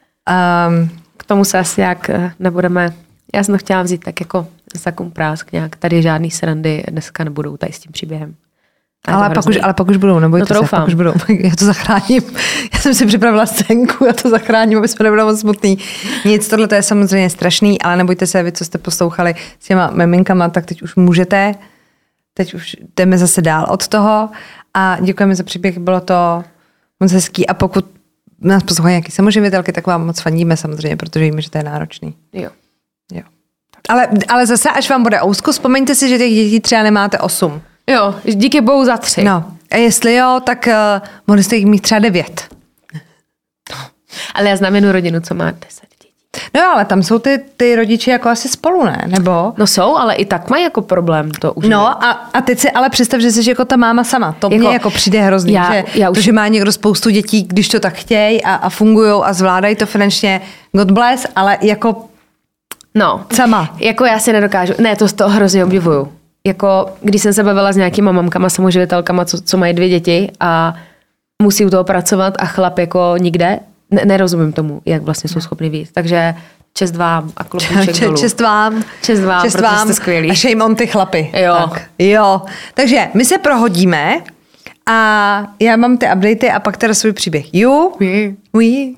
Speaker 1: K tomu se asi nějak nebudeme... Já jsem to chtěla vzít tak jako za prásk nějak. Tady žádný srandy dneska nebudou tady s tím příběhem.
Speaker 3: Ale pak už budou, nebojte se, pak už budou. Já to zachráním. Já jsem si připravila scénku, já to zachráním, aby jsme nebyli moc smutný. Nic, tohle to je samozřejmě strašný, ale nebojte se, vy, co jste poslouchali s těma miminkama, tak teď už můžete. Teď už jdeme zase dál od toho a děkujeme za příběh, bylo to moc hezký a pokud nás poslouchají nějaký samoživitelky, tak vám moc fandíme samozřejmě, protože víme, že to je náročný.
Speaker 1: Jo.
Speaker 3: Ale zase, až vám bude ousko, vzpomeňte si, že těch dětí třeba nemáte 8.
Speaker 1: Jo, díky bohu za 3.
Speaker 3: No, a jestli jo, tak mohli jste jich mít třeba 9.
Speaker 1: Ale já znám jednu rodinu, co má 10 dětí.
Speaker 3: No ale tam jsou ty rodiče jako asi spolu, ne? Nebo?
Speaker 1: No jsou, ale i tak mají jako problém to už.
Speaker 3: No a teď si ale představ, že jsi jako ta máma sama. To mně jako přijde hrozný, že má někdo spoustu dětí, když to tak chtějí a fungujou a zvládají to finančně, God bless, ale jako sama.
Speaker 1: Jako já si nedokážu, ne, to hrozně obdivuju. Jako když jsem se bavila s nějakýma mamkama, samoživitelkama, co mají 2 děti a musí u toho pracovat a chlap jako nikde, nerozumím tomu, jak vlastně jsou schopni víc. Takže čest vám a klobouček dolů.
Speaker 3: Čest vám,
Speaker 1: protože jste skvělí.
Speaker 3: A shame on ty chlapy.
Speaker 1: Jo.
Speaker 3: Tak, jo. Takže my se prohodíme a já mám ty updaty a pak teda svůj příběh. Oui.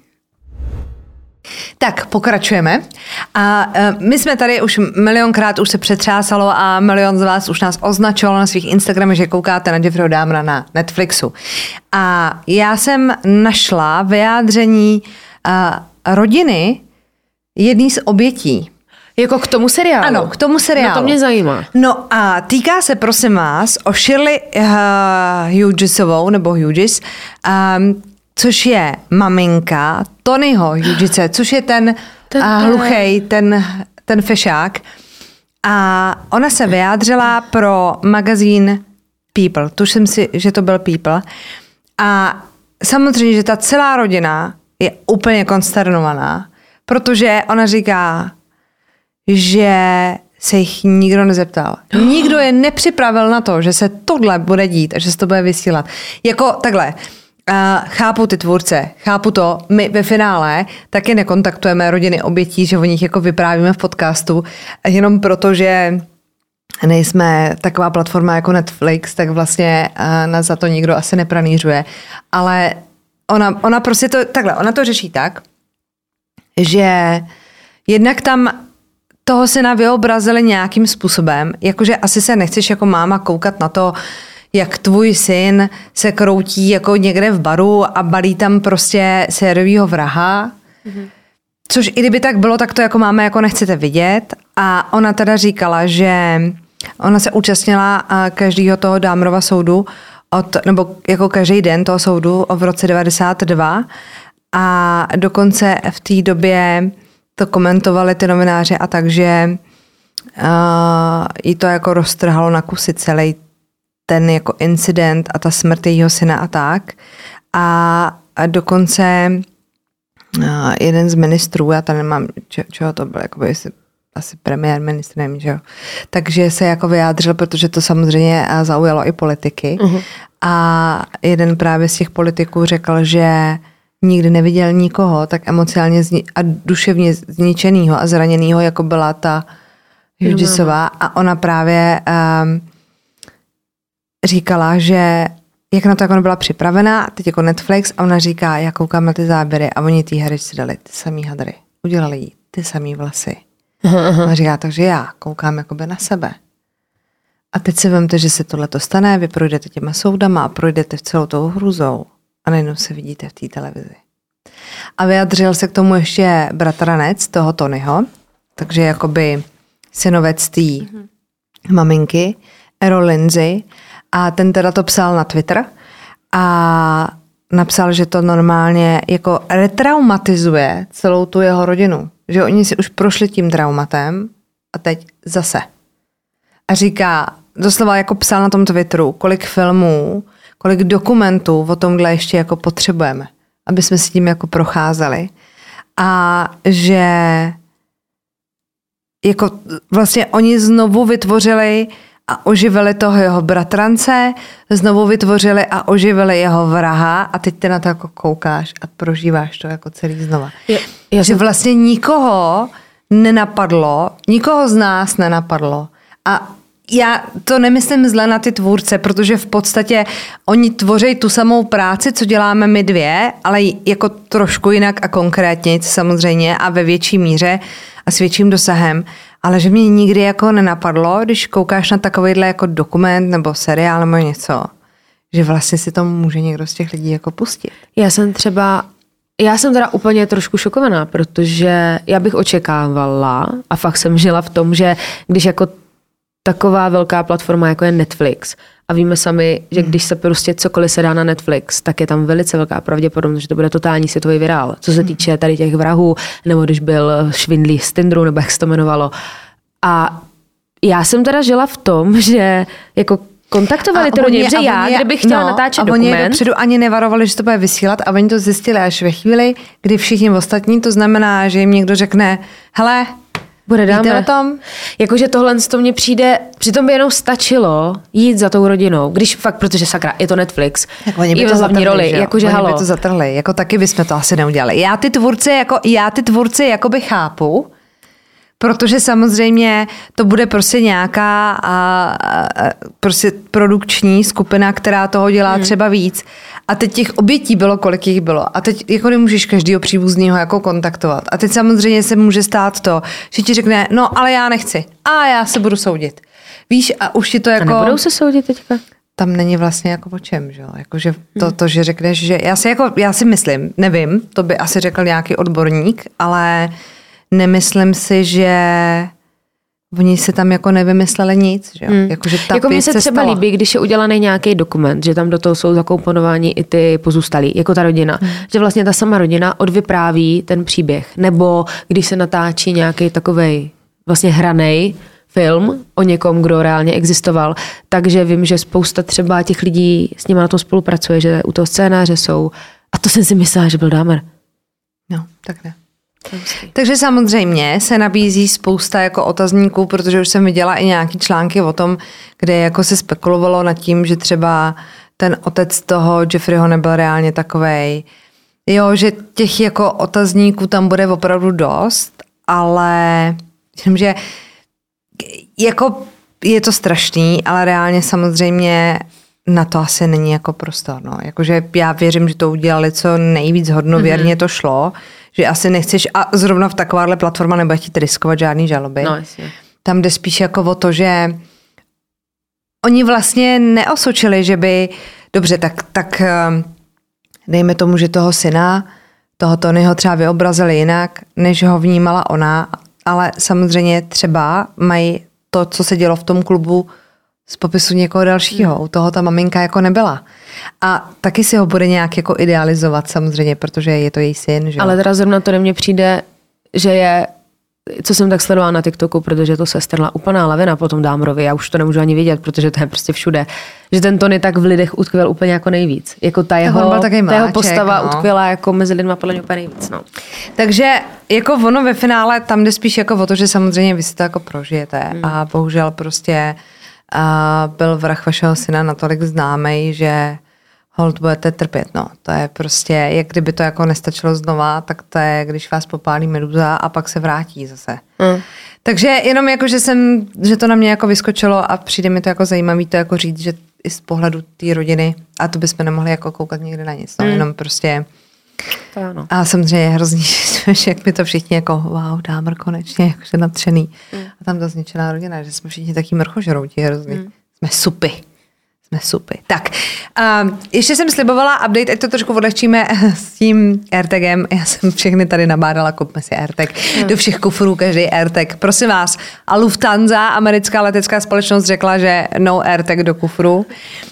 Speaker 3: Tak, pokračujeme. A my jsme tady už milionkrát už se přetřásalo a milion z vás už nás označovalo na svých Instagramech, že koukáte na Jeffreyho Dahmera na Netflixu. A já jsem našla vyjádření rodiny jedný z obětí.
Speaker 1: Jako k tomu seriálu?
Speaker 3: Ano, k tomu seriálu.
Speaker 1: No to mě zajímá.
Speaker 3: No a týká se, prosím vás, o Shirley Hughesovou, nebo Hughes, což je maminka Tonyho Hughese, což je ten hluchej, ten fešák. A ona se vyjádřila pro magazín People. Tuším si, že to byl People. A samozřejmě, že ta celá rodina je úplně konsternovaná, protože ona říká, že se jich nikdo nezeptal. Nikdo je nepřipravil na to, že se tohle bude dít a že se to bude vysílat. Jako takhle, chápu ty tvůrce, chápu to, my ve finále taky nekontaktujeme rodiny obětí, že o nich jako vyprávíme v podcastu, jenom proto, že nejsme taková platforma jako Netflix, tak vlastně nás za to nikdo asi nepranířuje. Ale ona prostě to, takhle, ona to řeší tak, že jednak tam toho syna vyobrazili nějakým způsobem, jakože asi se nechceš jako máma koukat na to, jak tvůj syn se kroutí jako někde v baru a balí tam prostě sériovýho vraha. Což i kdyby tak bylo, tak to jako máma jako nechcete vidět. A ona teda říkala, že ona se účastnila každého toho Dahmerova soudu, nebo jako každý den toho soudu v roce 92 a dokonce v té době to komentovali ty novináři a takže jí to jako roztrhalo na kusy celý ten jako incident a ta smrt jejího syna a tak. A dokonce jeden z ministrů, já tady nemám, čeho to byl, jako asi premiér, ministr, nevím, že jo. Takže se jako vyjádřil, protože to samozřejmě zaujalo i politiky. A jeden právě z těch politiků řekl, že nikdy neviděl nikoho tak emocionálně a duševně zničenýho a zraněnýho, jako byla ta Hughes-ová. A ona právě říkala, že jak na to jako byla připravená, teď jako Netflix, a ona říká, já koukám na ty záběry a oni té herečce dali ty samý hadry. Udělali jí ty samý vlasy. Ona říká, takže já koukám jakoby na sebe. A teď si vemte, že se tohleto stane, vy projdete těma soudama a projdete v celou tou hrůzou a najednou se vidíte v té televizi. A vyjadřil se k tomu ještě bratranec toho Tonyho, takže jakoby synovec té maminky, Errol Lindsay, a ten teda to psal na Twitter a napsal, že to normálně jako retraumatizuje celou tu jeho rodinu. Že oni si už prošli tím traumatem a teď zase. A říká, doslova jako psal na tom Twitteru, kolik filmů, kolik dokumentů o tomhle ještě jako potřebujeme, aby jsme si tím jako procházeli. A že jako vlastně oni znovu vytvořili a oživili toho jeho bratrance, znovu vytvořili a oživili jeho vraha a teď ty na to jako koukáš a prožíváš to jako celý znova. Že vlastně nikoho nenapadlo, nikoho z nás nenapadlo. A já to nemyslím zle na ty tvůrce, protože v podstatě oni tvoří tu samou práci, co děláme my dvě, ale jako trošku jinak a konkrétně samozřejmě a ve větší míře a s větším dosahem. Ale že mě nikdy jako nenapadlo, když koukáš na takovýhle jako dokument nebo seriál nebo něco, že vlastně si to může někdo z těch lidí jako pustit.
Speaker 1: Já jsem teda úplně trošku šokovaná, protože já bych očekávala a fakt jsem žila v tom, že když jako taková velká platforma, jako je Netflix, a víme sami, že když se prostě cokoliv se dá na Netflix, tak je tam velice velká pravděpodobnost, že to bude totální světový virál. Co se týče tady těch vrahů, nebo když byl Švindlí z Tinderu, nebo jak se to jmenovalo. A já jsem teda žila v tom, že jako kontaktovali ty rodiny, že já, kdybych chtěla natáčet dokument.
Speaker 3: A oni dopředu ani nevarovali, že to bude vysílat a oni to zjistili až ve chvíli, kdy všichni ostatní, to znamená, že jim někdo řekne, hele,
Speaker 1: víte
Speaker 3: o tom?
Speaker 1: Jakože tohle to mně přijde, přitom by jenom stačilo jít za tou rodinou, když fakt, protože sakra, je to Netflix.
Speaker 3: Tak oni by to
Speaker 1: zatrhli, roli, jakože
Speaker 3: oni by to zatrhli, jako taky bychom to asi neudělali. Já ty tvůrce jakoby chápu, protože samozřejmě to bude prostě nějaká prostě produkční skupina, která toho dělá třeba víc. A teď těch obětí bylo, kolik jich bylo. A teď jako nemůžeš každýho příbuzného jako kontaktovat. A teď samozřejmě se může stát to, že ti řekne, no ale já nechci. A já se budu soudit. Víš, a už ti to jako...
Speaker 1: A nebudou se soudit teďka?
Speaker 3: Tam není vlastně jako o čem, že jo? Jakože to, že řekneš, že... Já si myslím, nevím, to by asi řekl nějaký odborník, ale nemyslím si, že oni se tam jako nevymysleli nic, že jo?
Speaker 1: Jako mně se třeba líbí, když je udělaný nějaký dokument, že tam do toho jsou zakomponováni i ty pozůstalí, jako ta rodina. Že vlastně ta sama rodina odvypráví ten příběh. Nebo když se natáčí nějaký takovej vlastně hranej film o někom, kdo reálně existoval, takže vím, že spousta třeba těch lidí s nimi na tom spolupracuje, že u toho scénáře jsou. A to jsem si myslela, že byl Dahmer.
Speaker 3: No, tak ne. Takže samozřejmě se nabízí spousta jako otazníků, protože už jsem viděla i nějaký články o tom, kde jako se spekulovalo nad tím, že třeba ten otec toho Jeffreyho nebyl reálně takovej. Jo, že těch jako otazníků tam bude opravdu dost, ale že jako je to strašný, ale reálně samozřejmě na to asi není jako prostor. No. Jakože já věřím, že to udělali co nejvíc hodnověrně to šlo, že asi nechceš a zrovna v takováhle platforma nebude chtít riskovat žádný žaloby.
Speaker 1: No, jasně.
Speaker 3: Tam jde spíš jako o to, že oni vlastně neosočili, že by, dobře, tak dejme tomu, že toho syna, toho Tonyho třeba vyobrazili jinak, než ho vnímala ona, ale samozřejmě třeba mají to, co se dělo v tom klubu z popisu někoho dalšího. U toho ta maminka jako nebyla. A taky si ho bude nějak jako idealizovat samozřejmě, protože je to její syn. Že?
Speaker 1: Ale teda zrovna to mně přijde, že je, co jsem tak sledovala na TikToku, protože to se strhla úplná lavina po tom Dámrovi, já už to nemůžu ani vidět, protože to je prostě všude, že ten Tony tak v lidech utkvěl úplně jako nejvíc. Jako ta jeho postava utkvěla jako mezi lidma podle mě úplně nejvíc. No.
Speaker 3: Takže jako ono ve finále tam jde spíš jako o to, že samozřejmě vy si to jako prožijete a bohužel prostě byl vrah vašeho syna natolik známej, že hold budete trpět, no. To je prostě, jak kdyby to jako nestačilo znova, tak to je, když vás popálí meduza a pak se vrátí zase. Takže jenom jako, že to na mě jako vyskočilo a přijde mi to jako zajímavý to jako říct, že i z pohledu té rodiny, a to bychom nemohli jako koukat někde na nic, no. Jenom prostě.
Speaker 1: To ano.
Speaker 3: A samozřejmě je hrozný, že jak my to všichni jako wow, Dámr konečně, jakože nadšený. A tam ta zničená rodina, že jsme všichni taky mrchožrouti hrozný. Jsme supy. Tak, ještě jsem slibovala update, ať to trošku odlehčíme s tím AirTagem. Já jsem všechny tady nabádala, kupme si AirTag. Do všech kufrů každý AirTag. Prosím vás, a Lufthansa, americká letecká společnost, řekla, že no AirTag do kufru.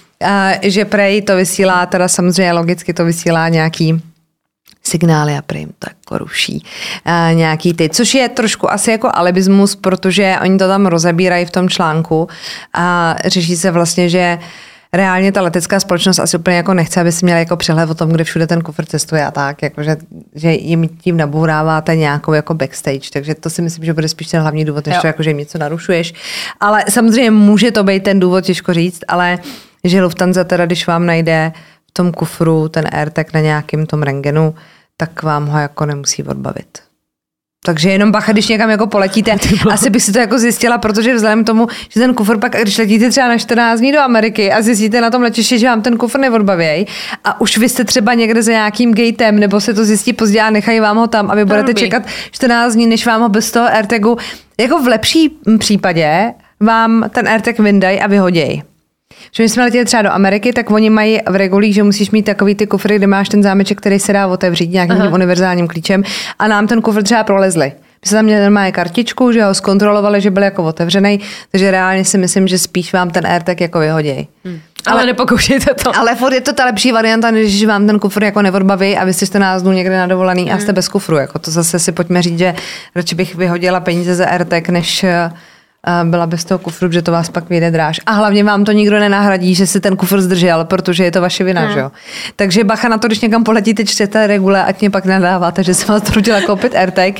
Speaker 3: Že prej to vysílá, teda samozřejmě logicky to vysílá nějaký signály a prej to jako ruší nějaký ty, což je trošku asi jako alibismus, protože oni to tam rozebírají v tom článku a řeší se vlastně, že reálně ta letecká společnost asi úplně jako nechce, aby si měla jako přehled o tom, kde všude ten kufr cestuje a tak, jakože, že jim tím nabouráváte nějakou jako backstage, takže to si myslím, že bude spíš ten hlavní důvod, než to jako, že jim něco narušuješ. Ale samozřejmě může to být ten důvod, těžko říct, ale že Lufthansa teda, když vám najde v tom kufru ten AirTag na nějakým tom rentgenu, tak vám ho jako nemusí odbavit. Takže jenom bacha, když někam jako poletíte, asi bych si to jako zjistila, protože vzhledem k tomu, že ten kufr pak, když letíte třeba na 14 dní do Ameriky a zjistíte na tom letišti, že vám ten kufr neodbavěj a už vy jste třeba někde za nějakým gatem, nebo se to zjistí později a nechají vám ho tam a vy budete čekat 14 dní, než vám ho bez toho AirTagu, jako v lepší případě vám ten AirTag vyndají a vyhoděj. Že my jsme letěli třeba do Ameriky, tak oni mají v regulích, že musíš mít takový ty kufry, kde máš ten zámeček, který se dá otevřít nějakým tím univerzálním klíčem a nám ten kufr třeba prolezli. My jsme tam měli normálně kartičku, že ho zkontrolovali, že byl jako otevřený, takže reálně si myslím, že spíš vám ten AirTag jako vyhoděj.
Speaker 1: Ale nepokoušejte to.
Speaker 3: Ale furt je to ta lepší varianta, než vám ten kufr jako neodbaví a vy jste 14 dnů někde na dovolený a jste bez kufru. Jako to zase si pojďme říct, že radši bych vyhodila peníze za AirTag, než byla bez toho kufru, že to vás pak vyjde dráž. A hlavně vám to nikdo nenahradí, že si ten kufr zdržel, protože je to vaše vina, že jo. Takže bacha na to, když někam poletíte, čtěte regule, ať mě pak nadáváte, že jsem vás trudila koupit AirTag.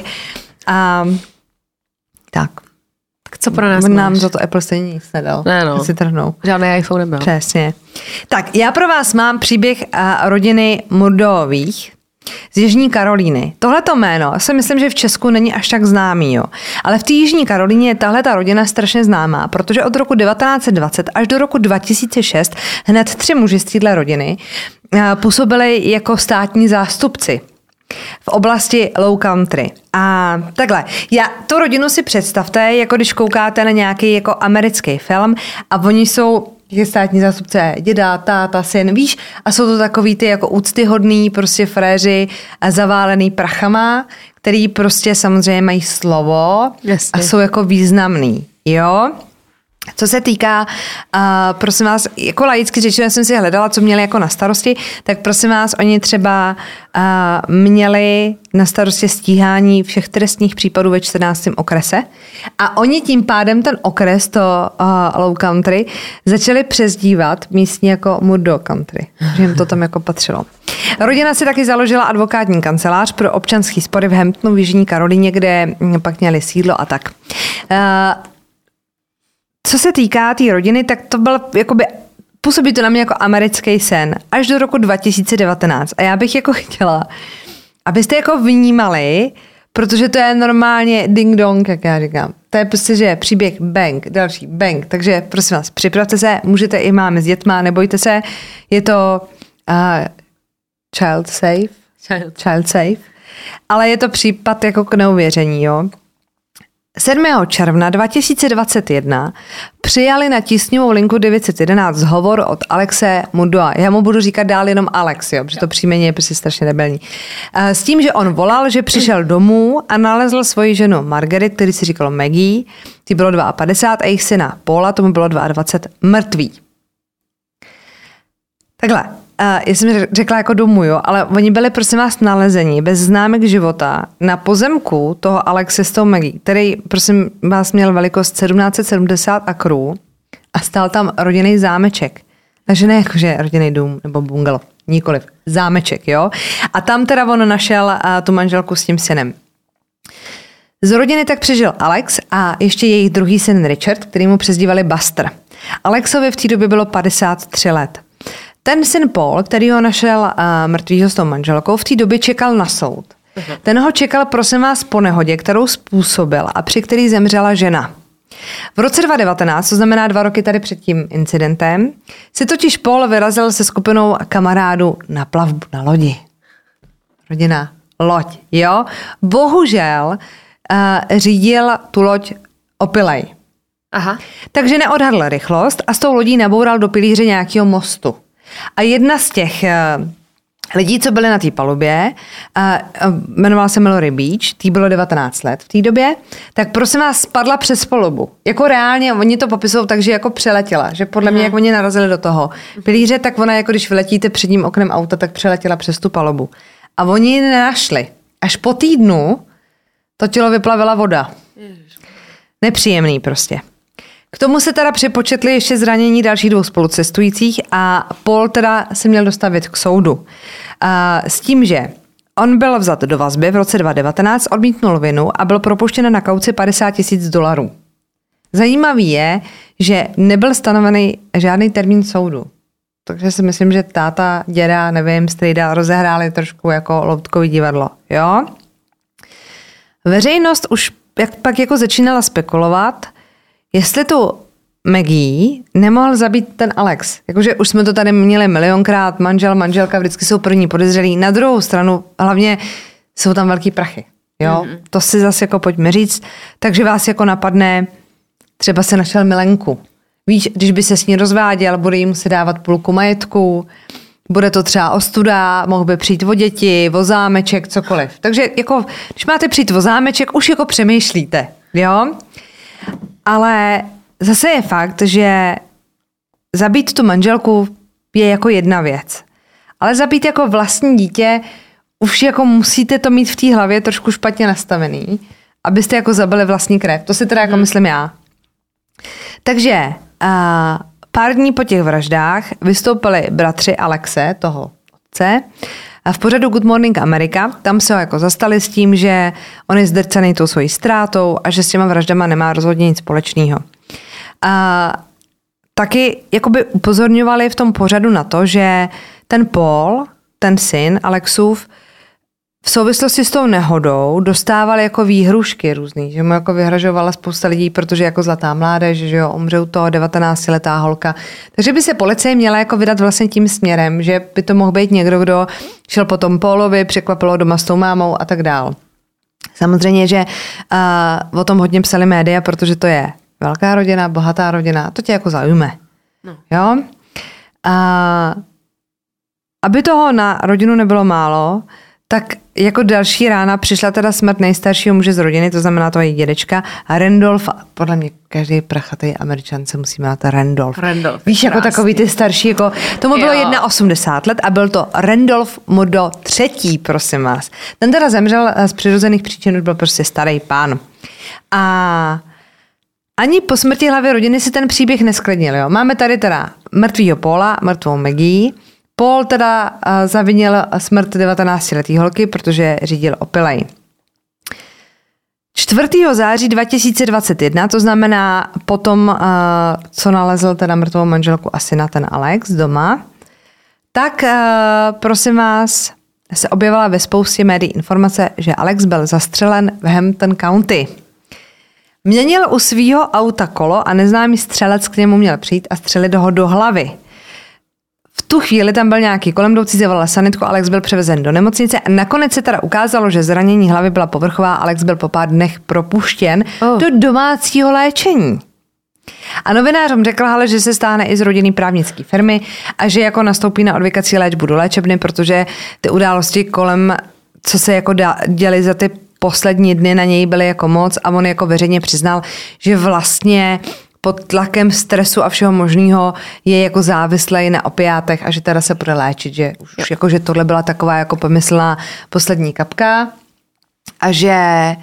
Speaker 3: A tak.
Speaker 1: Tak co pro nás
Speaker 3: nám za to Apple stejně nic nedal.
Speaker 1: Ne, no.
Speaker 3: Si trhnou.
Speaker 1: Žádný iPhone nebyl.
Speaker 3: Přesně. Tak, já pro vás mám příběh rodiny Murdoových z Jižní Karolíny. Tohleto jméno si myslím, že v Česku není až tak známý, jo. Ale v té Jižní Karolíně je tahle ta rodina strašně známá, protože od roku 1920 až do roku 2006 hned 3 muži z téhle rodiny působili jako státní zástupci v oblasti Low Country. A takhle, tu rodinu si představte, jako když koukáte na nějaký jako americký film a oni jsou státní zástupce, děda, táta, syn, víš, a jsou to takový ty jako úctyhodný prostě fréři a zaválený prachama, který prostě samozřejmě mají slovo. Jasně. A jsou jako významný, jo. Co se týká, prosím vás, jako laicky řečeno, jsem si hledala, co měli jako na starosti, tak prosím vás, oni třeba měli na starosti stíhání všech trestních případů ve 14. okrese a oni tím pádem ten okres, to Low Country, začali přezdívat místně jako Murdoch Country, že jim to tam jako patřilo. Rodina si taky založila advokátní kancelář pro občanský spory v Hamptonu v Jižní Karolíně, kde pak měli sídlo a tak. Co se týká té rodiny, tak to byl jakoby, působí to na mě jako americký sen až do roku 2019. A já bych jako chtěla, abyste jako vnímali, protože to je normálně ding dong, jak já říkám. To je prostě, že příběh bang, další bang. Takže prosím vás, připravte se, můžete i mámy s dětma, nebojte se. Je to child safe. Ale je to případ jako k neuvěření, jo. 7. června 2021 přijali na tísňovou linku 911 hovor od Alexe Murdaugha. Já mu budu říkat dál jenom Alex, jo, protože to příjmení je prostě strašně debilní. S tím, že on volal, že přišel domů a nalezl svoji ženu Margaret, který si říkalo Maggie, ty bylo 52 a jejich syna Paula, tomu bylo 22, mrtví. Takhle. Já jsem řekla jako domů, jo, ale oni byli prosím vás nalezení bez známek života na pozemku toho Alexe s tou Maggie, který prosím vás měl velikost 1770 akrů a stál tam rodinný zámeček. Takže ne jakože rodinný dům nebo bungalow, nikoliv, zámeček, jo. A tam teda on našel tu manželku s tím synem. Z rodiny tak přežil Alex a ještě jejich druhý syn Richard, který mu přezdívali Buster. Alexovi v té době bylo 53 let. Ten syn Paul, který ho našel mrtvýho s tou manželkou, v té době čekal na soud. Ten ho čekal, prosím vás, po nehodě, kterou způsobil a při který zemřela žena. V roce 2019, to znamená 2 roky tady před tím incidentem, si totiž Paul vyrazil se skupinou kamarádů na plavbu na lodi. Rodina, loď, jo? Bohužel řídil tu loď opilej.
Speaker 1: Aha.
Speaker 3: Takže neodhadl rychlost a s tou lodí naboural do pilíře nějakého mostu. A jedna z těch lidí, co byli na té palubě, jmenovala se Mallory Beach, tý bylo 19 let v té době, tak prosím vás spadla přes palubu. Jako reálně, oni to popisují tak, že jako přeletěla, že podle mě, jak oni narazili do toho pilíře, tak ona jako když vyletíte předním oknem auta, tak přeletěla přes tu palubu. A oni ji nenašli. Až po týdnu to tělo vyplavila voda. Nepříjemný prostě. K tomu se teda připočetli ještě zranění dalších 2 spolucestujících a Paul teda se měl dostavit k soudu. S tím, že on byl vzat do vazby v roce 2019, odmítnul vinu a byl propuštěn na kauci $50,000. Zajímavý je, že nebyl stanovený žádný termín soudu. Takže si myslím, že táta, děda, nevím, strýda rozehráli trošku jako loutkový divadlo. Jo? Veřejnost už pak jako začínala spekulovat, jestli tu Maggie nemohl zabít ten Alex. Jakože už jsme to tady měli milionkrát, manžel, manželka vždycky jsou první podezřelí. Na druhou stranu hlavně jsou tam velký prachy. Jo? To si zase jako pojďme říct. Takže vás jako napadne, třeba se našel milenku. Víš, když by se s ní rozváděl, bude jí muset dávat půlku majetku, bude to třeba ostuda, mohl by přijít o děti, o zámeček, cokoliv. Takže jako, když máte přijít o zámeček, už jako přemýšlíte. Jo? Ale zase je fakt, že zabít tu manželku je jako jedna věc. Ale zabít jako vlastní dítě, už jako musíte to mít v té hlavě trošku špatně nastavený, abyste jako zabili vlastní krev. To si teda jako myslím já. Takže pár dní po těch vraždách vystoupili bratři Alexe, toho otce, v pořadu Good Morning America. Tam se ho jako zastali s tím, že on je zdrcený tou svojí ztrátou a že s těma vraždama nemá rozhodně nic společného. Taky jakoby upozorňovali v tom pořadu na to, že ten Paul, ten syn Alexův, v souvislosti s tou nehodou dostával jako výhrušky různý, že mu jako vyhražovala spousta lidí, protože jako zlatá mládež, že jo, umřou to 19letá holka. Takže by se policie měla jako vydat vlastně tím směrem, že by to mohl být někdo, kdo šel po tom Paulovi, překvapilo doma s tou mámou a tak dál. Samozřejmě, že o tom hodně psali média, protože to je velká rodina, bohatá rodina, to tě jako zaujme. No. Jo? Aby toho na rodinu nebylo málo, tak jako další rána přišla teda smrt nejstaršího muže z rodiny, to znamená toho její dědečka, Randolph, podle mě každý prachatý Američan se musí jmenovat Randolph. Víš, jako takový ty starší, jako, tomu bylo 81 let a byl to Randolph Murdaugh III, prosím vás. Ten teda zemřel z přirozených příčin, už byl prostě starý pán. A ani po smrti hlavy rodiny si ten příběh nesklidnil. Jo? Máme tady teda mrtvýho Paula, mrtvou Maggie. Paul teda zavinil smrt 19letý holky, protože řídil opilej. 4. září 2021, to znamená potom, co nalezl teda mrtvou manželku a syna ten Alex doma, tak prosím vás, se objevila ve spoustě médií informace, že Alex byl zastřelen v Hampton County. Měnil u svýho auta kolo a neznámý střelec k němu měl přijít a střelit ho do hlavy. V tu chvíli tam byl nějaký kolem jdoucí, zavolala sanitku, Alex byl převezen do nemocnice a nakonec se teda ukázalo, že zranění hlavy byla povrchová, Alex byl po pár dnech propuštěn do domácího léčení. A novinářům řekla, ale že se stáhne i z rodinný právnické firmy a že jako nastoupí na odvykací léčbu do léčebny, protože ty události kolem, co se jako děly za ty poslední dny na něj byly jako moc a on jako veřejně přiznal, že vlastně pod tlakem stresu a všeho možného je jako závislej na opiátech a že teda se bude léčit, že už jako, že tohle byla taková jako pomyslná poslední kapka a že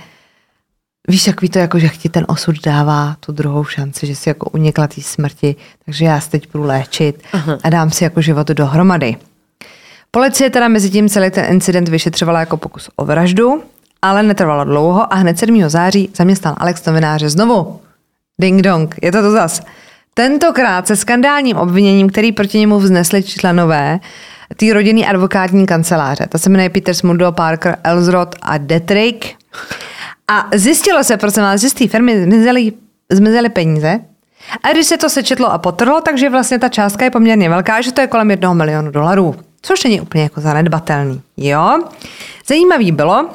Speaker 3: víš, jak ví to, jako, že ti ten osud dává tu druhou šanci, že si jako unikla té smrti, takže já se teď budu léčit a dám si jako život dohromady. Policie teda mezi tím celý ten incident vyšetřovala jako pokus o vraždu, ale netrvalo dlouho a hned 7. září zaměstnal Alex novináře znovu. Ding dong, je to zas. Tentokrát se skandálním obviněním, který proti němu vznesli členové té rodinné advokátní kanceláře. Ta se jmenuje Peter Smurdo, Parker, Ellsworth a Detrick. A zjistilo se, prosím vás, že z té firmy zmizely peníze. A když se to sečetlo a potrhlo, takže vlastně ta částka je poměrně velká, že to je kolem $1 milionu. Což není úplně jako zanedbatelný. Jo? Zajímavý bylo,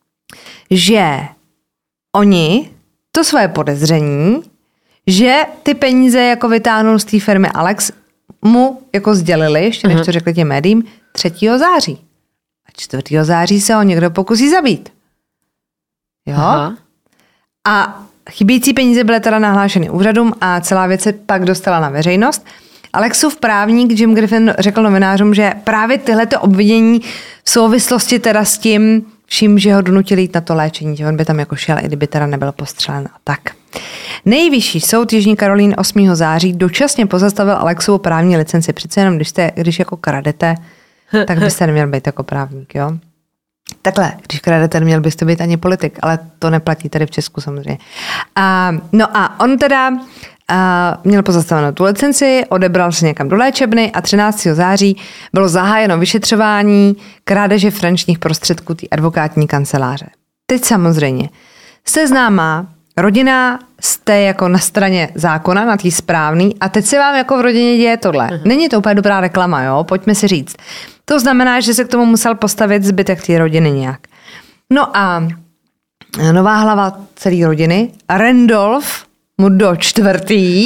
Speaker 3: že oni to své podezření, že ty peníze jako vytáhnul z té firmy Alex, mu jako sdělili, ještě než to řekli těm médiím, 3. září. A 4. září se ho někdo pokusí zabít. Jo? Aha. A chybějící peníze byly teda nahlášeny úřadům a celá věc se pak dostala na veřejnost. Alexův právník Jim Griffin řekl novinářům, že právě tyhleto obvinění v souvislosti teda s tím vším, že ho donutili jít na to léčení, že on by tam jako šel, i kdyby teda nebyl postřelen a tak. Nejvyšší soud Jižní Karolíny 8. září dočasně pozastavil Alexovu právní licenci. Přece jenom, když jako kradete, tak byste neměl být jako právník, jo? Takhle, když kradete, neměl byste být ani politik, ale to neplatí tady v Česku samozřejmě. No a on teda měl pozastavenou tu licenci, odebral se někam do léčebny a 13. září bylo zahájeno vyšetřování krádeže finančních prostředků té advokátní kanceláře. Teď samozřejmě jste známá rodina, jste jako na straně zákona, na té správný a teď se vám jako v rodině děje tohle. Není to úplně dobrá reklama, jo? Pojďme si říct. To znamená, že se k tomu musel postavit zbytek té rodiny nějak. No a nová hlava celé rodiny, Randolph Murdo IV.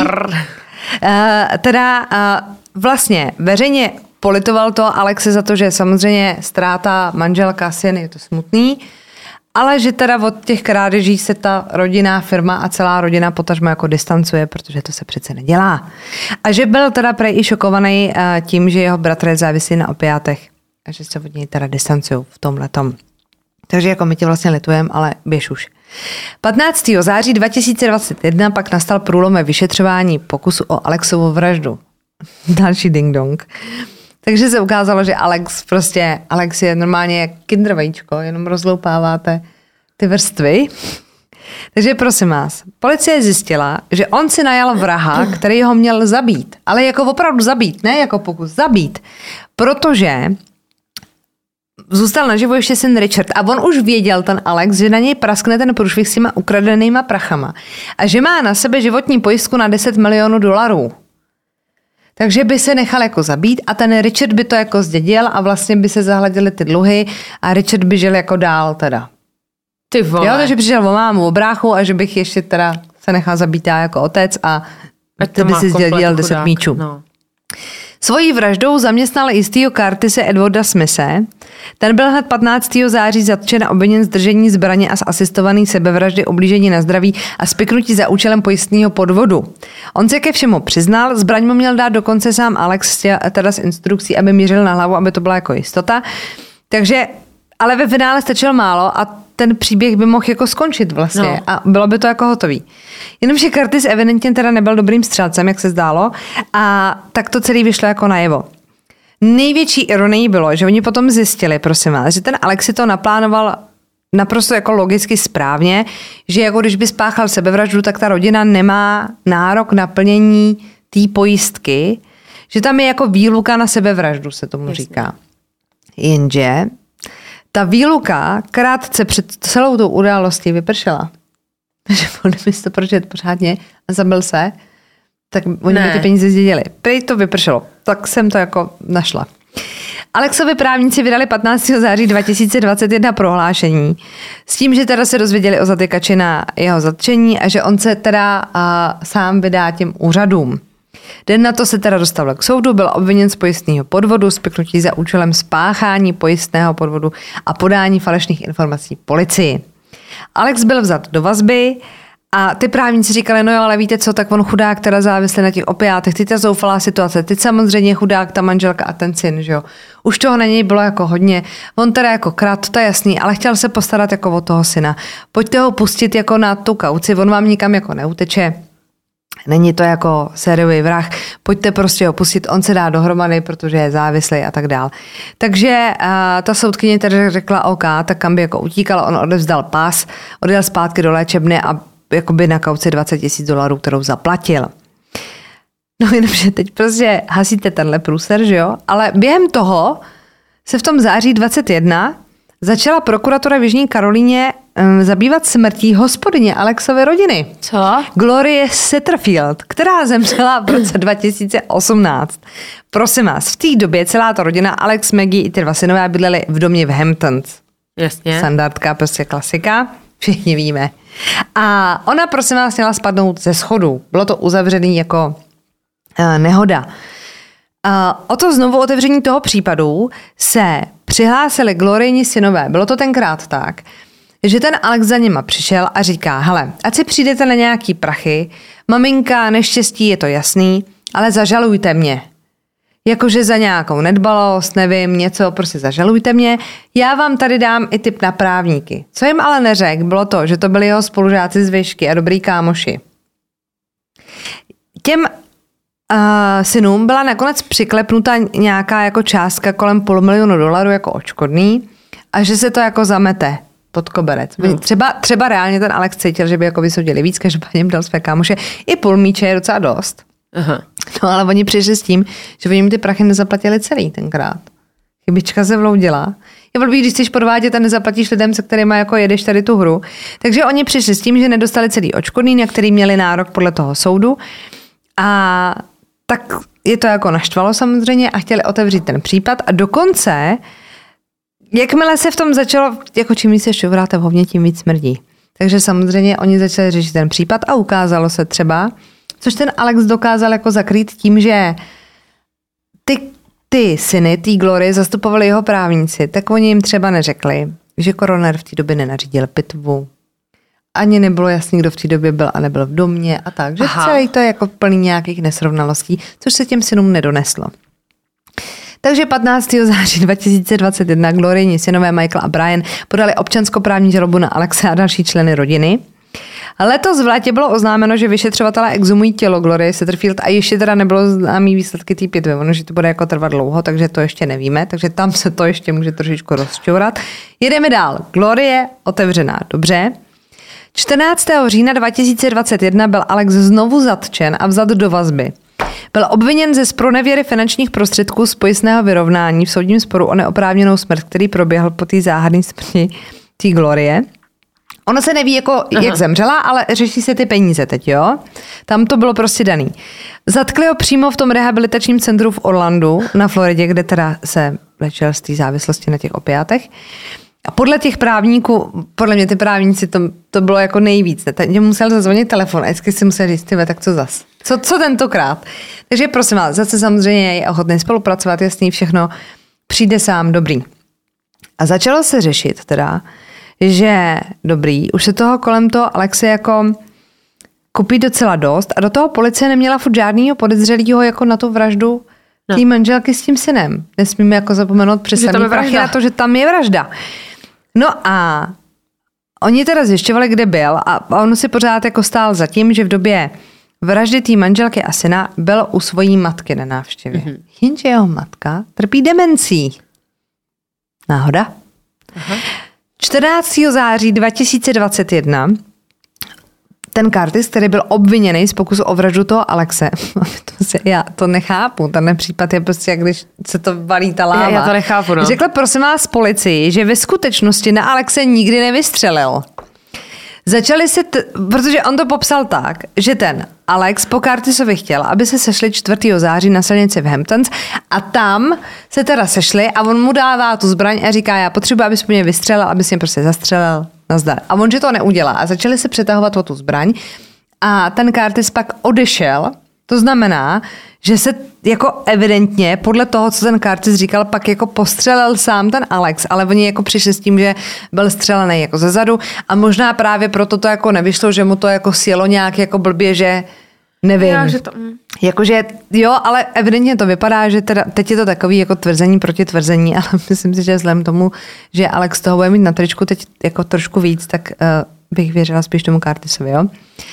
Speaker 3: Vlastně veřejně politoval to Alexe za to, že samozřejmě ztráta manželka, syn, je to smutný, ale že teda od těch krádeží se ta rodinná firma a celá rodina potažmo jako distancuje, protože to se přece nedělá. A že byl teda prej i šokovaný tím, že jeho bratr je závislý na opiátech a že se od něj teda distancují v tomhletom. Takže jako my tě vlastně litujeme, ale běž už. 15. září 2021 pak nastal průlom ve vyšetřování pokusu o Alexovu vraždu. Další ding dong. Takže se ukázalo, že Alex je normálně kindervajíčko, jenom rozloupáváte ty vrstvy. Takže prosím vás, policie zjistila, že on si najal vraha, který ho měl zabít. Ale jako opravdu zabít, ne jako pokus, zabít. Protože zůstal naživo ještě syn Richard a on už věděl, ten Alex, že na něj praskne ten průšvih s těma ukradenýma prachama a že má na sebe životní pojistku na $10 milionů. Takže by se nechal jako zabít a ten Richard by to jako zdědil a vlastně by se zahladily ty dluhy a Richard by žil jako dál teda.
Speaker 1: Ty vole.
Speaker 3: Jo, takže přišel o mámu, o bráchu a že bych ještě teda se nechal zabít já jako otec a ty by si zdědil 10 míčů. No. Svojí vraždou zaměstnal jistýho Curtise Edwarda Smithe. Ten byl hned 15. září zatčen a obviněn z držení zbraně a z asistovaný sebevraždy, ublížení na zdraví a spiknutí za účelem pojistného podvodu. On se ke všemu přiznal, zbraň mu měl dát dokonce sám Alex, teda s instrukcí, aby mířil na hlavu, aby to byla jako jistota. Takže, ale ve finále stačilo málo a ten příběh by mohl jako skončit vlastně a bylo by to jako hotový. Jenomže Curtis evidentně teda nebyl dobrým střelcem, jak se zdálo, a tak to celý vyšlo jako najevo. Největší ironií bylo, že oni potom zjistili, prosím vás, že ten Alex si to naplánoval naprosto jako logicky správně, že jako když by spáchal sebevraždu, tak ta rodina nemá nárok na plnění té pojistky, že tam je jako výluka na sebevraždu, se tomu říká. Jenže ta výluka krátce před celou tou událostí vypršela. Takže on mi to pročet pořádně a zabil se. Tak oni mi ty peníze zdědili. Prý to vypršelo. Tak jsem to jako našla. Alexovi právníci vydali 15. září 2021 prohlášení s tím, že teda se dozvěděli o zatykači na jeho zatčení a že on se teda sám vydá těm úřadům. Den na to se teda dostavil k soudu, byl obviněn z pojistného podvodu, spiknutí za účelem spáchání pojistného podvodu a podání falešných informací policii. Alex byl vzat do vazby a ty právníci říkali, no jo, ale víte co, tak on chudák teda závislý na těch opiátech, teď ta zoufalá situace, teď samozřejmě chudák ta manželka a ten syn, že jo. Už toho na něj bylo jako hodně, on teda jako krát, to je jasný, ale chtěl se postarat jako o toho syna. Pojďte ho pustit jako na tu kauci, on vám nikam jako neuteče. Není to jako sériový vrah, pojďte prostě ho pustit, on se dá dohromady, protože je závislý a tak dál. Takže ta soudkyně tedy řekla OK, tak kam by jako utíkal, on odevzdal pas, odjel zpátky do léčebny a jakoby na kauci $20,000, kterou zaplatil. No jenomže teď prostě hasíte tenhle průser, že jo? Ale během toho se v tom září 21 začala prokuratura v Jižní Karolíně zabývat smrtí hospodyně Alexovy rodiny.
Speaker 2: Co?
Speaker 3: Glorie Satterfield, která zemřela v roce 2018. Prosím vás, v té době celá ta rodina, Alex, Maggie i ty dva synové bydleli v domě v Hamptons.
Speaker 1: Jasně.
Speaker 3: Standardka, prostě klasika, všichni víme. A ona, prosím vás, měla spadnout ze schodu. Bylo to uzavřený jako nehoda. O to znovu otevření toho případu se přihlásili Glorijini synové. Bylo to tenkrát tak, že ten Alex za nima přišel a říká, hele, ať si přijdete na nějaký prachy, maminka, neštěstí, je to jasný, ale zažalujte mě. Jakože za nějakou nedbalost, nevím, něco, prostě zažalujte mě. Já vám tady dám i tip na právníky. Co jim ale neřekl, bylo to, že to byli jeho spolužáci z výšky a dobrý kámoši. Těm synům byla nakonec přiklepnuta nějaká jako částka kolem $500,000 jako odškodný a že se to jako zamete pod koberec. Třeba reálně ten Alex cítil, že by jako vysoudili víc, každopádně jim dal své kámoše. I půl míče je docela dost.
Speaker 1: Aha.
Speaker 3: No ale oni přišli s tím, že oni jim ty prachy nezaplatili celý tenkrát. Chybička se vloudila. Je blbý, když chceš podvádět a nezaplatíš lidem, se kterýma jako jedeš tady tu hru. Takže oni přišli s tím, že nedostali celý odškodný, na který měli nárok podle toho soudu. A tak je to jako naštvalo samozřejmě a chtěli otevřít ten případ a dokonce, jakmile se v tom začalo, jako čím víc se šťouráte v hovně, tím víc smrdí. Takže samozřejmě oni začali řešit ten případ a ukázalo se třeba, což ten Alex dokázal jako zakrýt tím, že ty syny, ty Glory, zastupovali jeho právníci, tak oni jim třeba neřekli, že koroner v té době nenařídil pitvu. Ani nebylo jasný, kdo v té době byl a nebyl v domě a tak. Že celý to je jako plný nějakých nesrovnalostí, což se těm synům nedoneslo. Takže 15. září 2021 Glorijini synové Michael a Brian podali občanskoprávní žalobu na Alexe a další členy rodiny. Letos v létě bylo oznámeno, že vyšetřovatelé exhumují tělo Glorie Satterfield a ještě teda nebylo známý výsledky té pitvy. Ono, že to bude jako trvat dlouho, takže to ještě nevíme, takže tam se to ještě může trošičku rozčourat. Jedeme dál. Glorie otevřená, dobře. 14. října 2021 byl Alex znovu zatčen a vzat do vazby. Byl obviněn ze zpronevěry finančních prostředků z pojistného vyrovnání v soudním sporu o neoprávněnou smrt, který proběhl po té záhadné smrti té Glorie. Ono se neví, jako, jak zemřela, ale řeší se ty peníze teď, jo? Tam to bylo prostě daný. Zatkli ho přímo v tom rehabilitačním centru v Orlandu na Floridě, kde teda se léčil z té závislosti na těch opiátech. A podle těch právníků, podle mě ty právníci, to bylo jako nejvíc. Ten musel zazvonit telefon a vždycky si musel říct, tak co zas? Co tentokrát? Takže prosím vás, zase samozřejmě je ochotný spolupracovat, jasný, všechno přijde sám, dobrý. A začalo se řešit teda, že dobrý, už se toho kolem toho Alexe jako kupí docela dost a do toho policie neměla furt žádnýho podezřelýho jako na tu vraždu té manželky s tím synem. Nesmíme jako zapomenout přesaný prachy na to, že tam je vražda. No a oni teda zjišťovali, kde byl a on si pořád jako stál za tím, že v době vraždy té manželky a syna byl u svojí matky na návštěvě. Mm-hmm. Jenže jeho matka trpí demencí. Náhoda? Aha. 14. září 2021 ten Curtis, který byl obviněný z pokusu o vraždu toho Alexe, já to nechápu, tenhle případ je prostě, jak když se to valí ta láva.
Speaker 1: Já to nechápu, no.
Speaker 3: Řekl prosím vás policii, že ve skutečnosti na Alexe nikdy nevystřelil. Začali si, protože on to popsal tak, že ten Alex po Curtisovi chtěl, aby se sešli 4. září na silnici v Hamptons a tam se teda sešli a on mu dává tu zbraň a říká, já potřebuji, abys mě vystřelil, abys mě prostě zastřelil, nazdar. A on, že to neudělá a začali se přetahovat o tu zbraň a ten Curtis pak odešel. To znamená, že se jako evidentně podle toho, co ten Curtis říkal, pak jako postřelil sám ten Alex, ale oni jako přišli s tím, že byl střelený jako zezadu a možná právě proto to jako nevyšlo, že mu to jako sjelo nějak jako blbě, že nevím.
Speaker 1: Já, že to...
Speaker 3: Jakože jo, ale evidentně to vypadá, že teda, teď je to takový jako tvrzení proti tvrzení, ale myslím si, že vzhledem tomu, že Alex toho bude mít na tričku teď jako trošku víc, tak bych věřila spíš tomu Curtisovi, jo.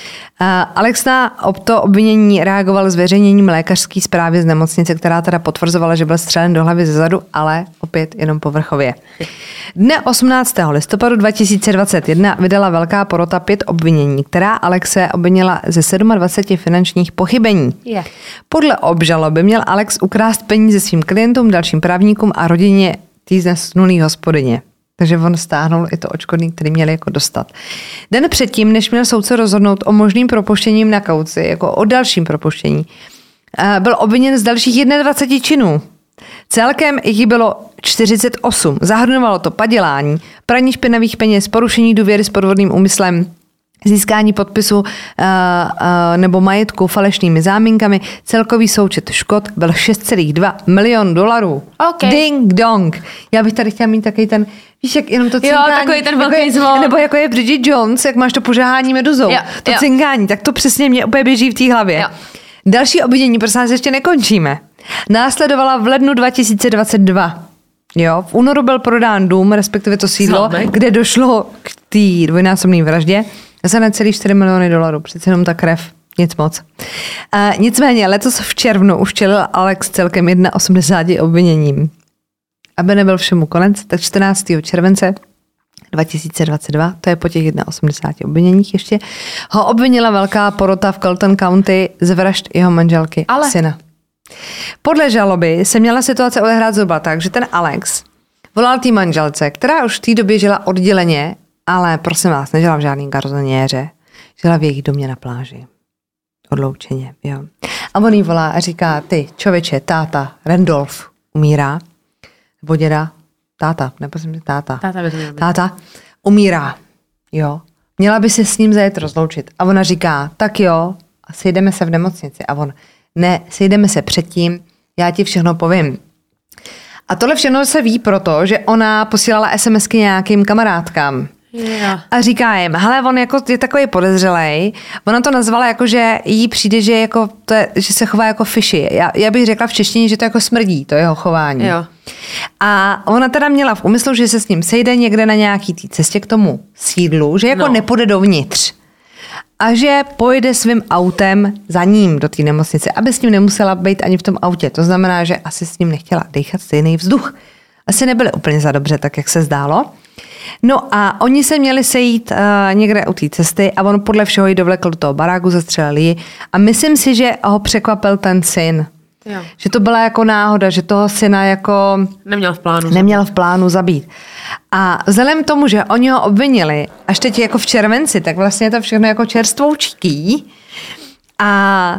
Speaker 3: Alex na to obvinění reagoval zveřejněním lékařské zprávy z nemocnice, která teda potvrzovala, že byl střelen do hlavy zezadu, ale opět jenom povrchově. Dne 18. listopadu 2021 vydala velká porota 5 obvinění, která Alexe obvinila ze 27 finančních pochybení. Podle obžaloby měl Alex ukrást peníze svým klientům, dalším právníkům a rodině té znesnulý hospodyně. Takže on stáhnul i to odškodný, který měli jako dostat. Den předtím, než měl soudce rozhodnout o možným propuštěním na kauci, jako o dalším propuštění, byl obviněn z dalších 21 činů. Celkem jich bylo 48. Zahrnovalo to padělání, praní špinavých peněz, porušení důvěry s podvodným úmyslem, získání podpisu nebo majetku falešnými záminkami. Celkový součet škod byl 6,2 milion dolarů.
Speaker 1: Okay.
Speaker 3: Ding dong. Já bych tady chtěla mít takový ten, víš, jak jenom to cinkání.
Speaker 1: Jo, takový ten velký zvon.
Speaker 3: Nebo jako je Bridget Jones, jak máš to požehání meduzou.
Speaker 1: Jo,
Speaker 3: to cinkání, tak to přesně mě úplně běží v té hlavě.
Speaker 1: Jo.
Speaker 3: Další obvinění, prosím nás, ještě nekončíme. Následovala v lednu 2022. Jo, v únoru byl prodán dům, respektive to sídlo, kde došlo k té dvojnásobné vraždě za necelý 4 miliony dolarů. Přece jenom ta krev, nic moc. Nicméně letos v červnu už čelil Alex celkem 81 obviněním. Aby nebyl všemu konec, tak 14. července 2022, to je po těch 81 obviněních ještě, ho obvinila velká porota v Colton County z vražd jeho manželky syna. Podle žaloby se měla situace odehrát zhruba tak, že ten Alex volal té manželce, která už v té době žila odděleně, ale prosím vás, nežila v žádný garzoniéře, žila v jejich domě na pláži. Odloučeně, jo. A on jí volá a říká, ty člověče, táta, Randolph umírá, nebo děda, táta, neposím, táta. Táta umírá, jo. Měla by se s ním zajet rozloučit. A ona říká, tak jo, a sejdeme se v nemocnici. A on, ne, sejdeme se předtím, já ti všechno povím. A tohle všechno se ví proto, že ona posílala SMSky nějakým kamarádkám.
Speaker 1: Yeah.
Speaker 3: A říká jim, hele, on jako je takový podezřelej. Ona to nazvala jako, že jí přijde, že, jako to je, že se chová jako fishy. Já bych řekla v češtině, že to jako smrdí, to jeho chování.
Speaker 1: Jo.
Speaker 3: A ona teda měla v úmyslu, že se s ním sejde někde na nějaký té cestě k tomu sídlu, že jako nepůjde dovnitř. A že pojede svým autem za ním do té nemocnice, aby s ním nemusela být ani v tom autě. To znamená, že asi s ním nechtěla dýchat stejný vzduch. Asi nebyly úplně za dobře, tak jak se zdálo. No a oni se měli sejít někde u té cesty a on podle všeho ji dovlekl do toho baráku, zastřelil ji a myslím si, že ho překvapil ten syn.
Speaker 1: Jo.
Speaker 3: Že to byla jako náhoda, že toho syna jako neměl v plánu zabít. A vzhledem k tomu, že oni ho obvinili až teď jako v červenci, tak vlastně je to všechno jako čerstvoučký. A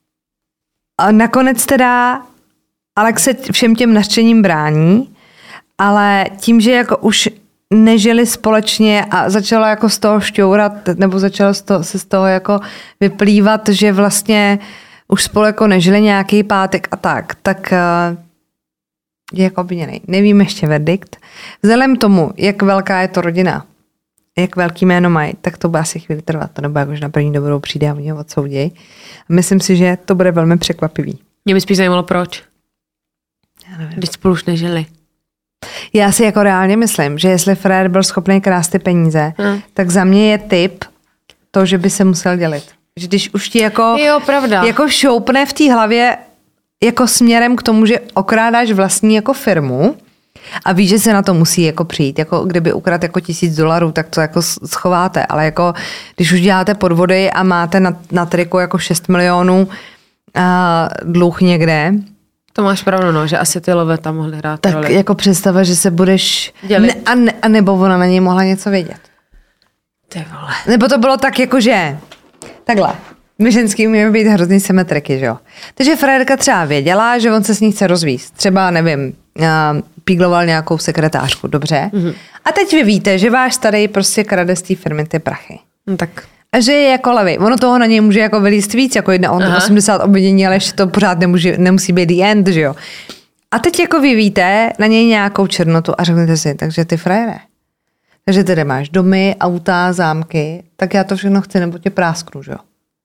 Speaker 3: nakonec teda Alex se všem těm nařčením brání, ale tím, že jako už nežili společně a začalo jako z toho šťourat, nebo začalo se z toho jako vyplývat, že vlastně už spolu jako nežili nějaký pátek a tak je jako obviněný. Nevím ještě verdikt. Vzhledem tomu, jak velká je to rodina, jak velký jméno mají, tak to bude asi chvíli trvat. To nebo jakože na první dobrou přijde a oni ho odsoudějí. Myslím si, že to bude velmi překvapivý.
Speaker 1: Mě by spíš zajímalo, proč. Když spolu už nežili.
Speaker 3: Já si jako reálně myslím, že jestli Frér byl schopný krást ty peníze, tak za mě je tip to, že by se musel dělit. Že když už ti jako, jako šoupne v té hlavě jako směrem k tomu, že okrádáš vlastní jako firmu a víš, že se na to musí jako přijít. Jako kdyby ukradl jako $1000, tak to jako schováte. Ale jako když už děláte podvody a máte na triku jako 6 milionů dluh někde.
Speaker 1: To máš pravdu, no, že asi ty love tam mohly hrát
Speaker 3: tak
Speaker 1: roli.
Speaker 3: Jako představa, že se budeš
Speaker 1: dělit.
Speaker 3: A nebo ona na něj mohla něco vědět.
Speaker 1: Ty vole.
Speaker 3: Nebo to bylo tak jako, že takhle. My ženský umíme být hrozný symetriky, že jo. Takže frajerka třeba věděla, že on se s ní chce rozvíst. Třeba, nevím, pígloval nějakou sekretářku, dobře. Mm-hmm. A teď vy víte, že váš starý prostě krade z té firmy ty prachy.
Speaker 1: No tak.
Speaker 3: A že je jako levý. Ono toho na něj může jako vylíst víc, jako 1,80 obvinění, ale ještě to pořád nemusí být the end, že jo. A teď jako vy víte na něj nějakou černotu a řeknete si, takže ty frajere. Takže tedy máš domy, auta, zámky, tak já to všechno chci, nebo tě prásknu, že jo.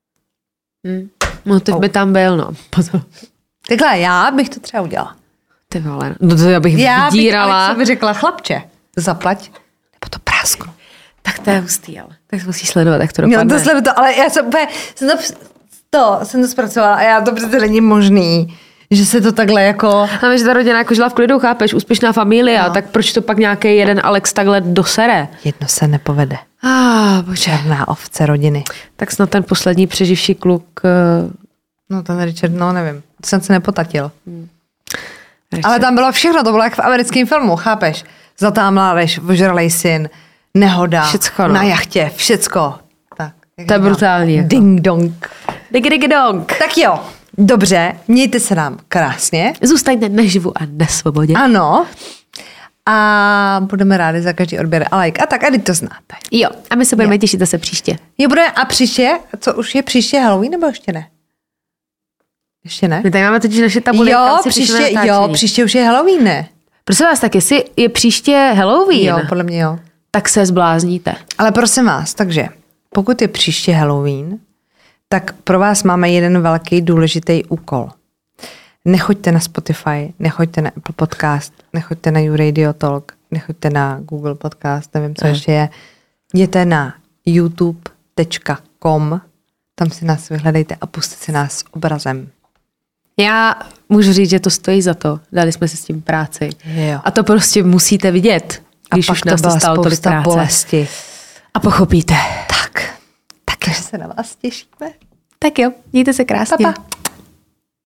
Speaker 1: No teď by tam byl, no.
Speaker 3: Takhle já bych to třeba udělala.
Speaker 1: Ty vole, no to já bych vydírala.
Speaker 3: Já bych řekla, chlapče, zaplať, nebo to prásknu.
Speaker 1: Tak to je hustý, ale tak to musíš sledovat, jak to dopadne.
Speaker 3: Jo, to sleduju, ale já jsem úplně, jsem to zpracovala a já to přece není možný, že se to takhle jako...
Speaker 1: A že ta rodina jako žila v klidu, chápeš, úspěšná familie, no. Tak proč to pak nějaký jeden Alex takhle dosere?
Speaker 3: Jedno se nepovede.
Speaker 1: Bože.
Speaker 3: Černá ovce rodiny.
Speaker 1: Tak snad ten poslední přeživší kluk...
Speaker 3: No ten Richard, no nevím, to jsem se nepotatil. Ale tam bylo všechno, to bylo jak v americkém filmu, chápeš? Zlatá mládež, ožralej syn, nehoda,
Speaker 1: všecko, no.
Speaker 3: Na jachtě, všecko. Tak,
Speaker 1: to je brutální.
Speaker 3: Ding dong.
Speaker 1: Dig dong.
Speaker 3: Tak jo, dobře, mějte se nám krásně.
Speaker 1: Zůstaňte naživu a na svobodě.
Speaker 3: Ano. A budeme rádi za každý odběr a like. A tak, a teď to znáte.
Speaker 1: Jo, a my se budeme těšit zase příště.
Speaker 3: Jo, bude a příště, co už je příště Halloween, nebo ještě ne? Ještě ne?
Speaker 1: My tady máme totiž naše tabulky.
Speaker 3: Příště už je Halloween, ne?
Speaker 1: Prosím vás, tak jestli je příště Halloween,
Speaker 3: jo, podle mě jo.
Speaker 1: Tak se zblázníte.
Speaker 3: Ale prosím vás, takže pokud je příště Halloween, tak pro vás máme jeden velký důležitý úkol. Nechoďte na Spotify, nechoďte na Apple Podcast, nechoďte na YouRadio Talk, nechoďte na Google Podcast, nevím, co ještě je. Jděte na youtube.com, tam si nás vyhledejte a pusťte si nás obrazem.
Speaker 1: Já můžu říct, že to stojí za to. Dali jsme si s tím práci.
Speaker 3: Jo.
Speaker 1: A to prostě musíte vidět, když už nás to stalo tolik práce.
Speaker 3: Bolesti.
Speaker 1: A pochopíte.
Speaker 3: Tak. Takže se na vás těšíme.
Speaker 1: Tak jo, mějte se krásně.
Speaker 3: Pa, pa.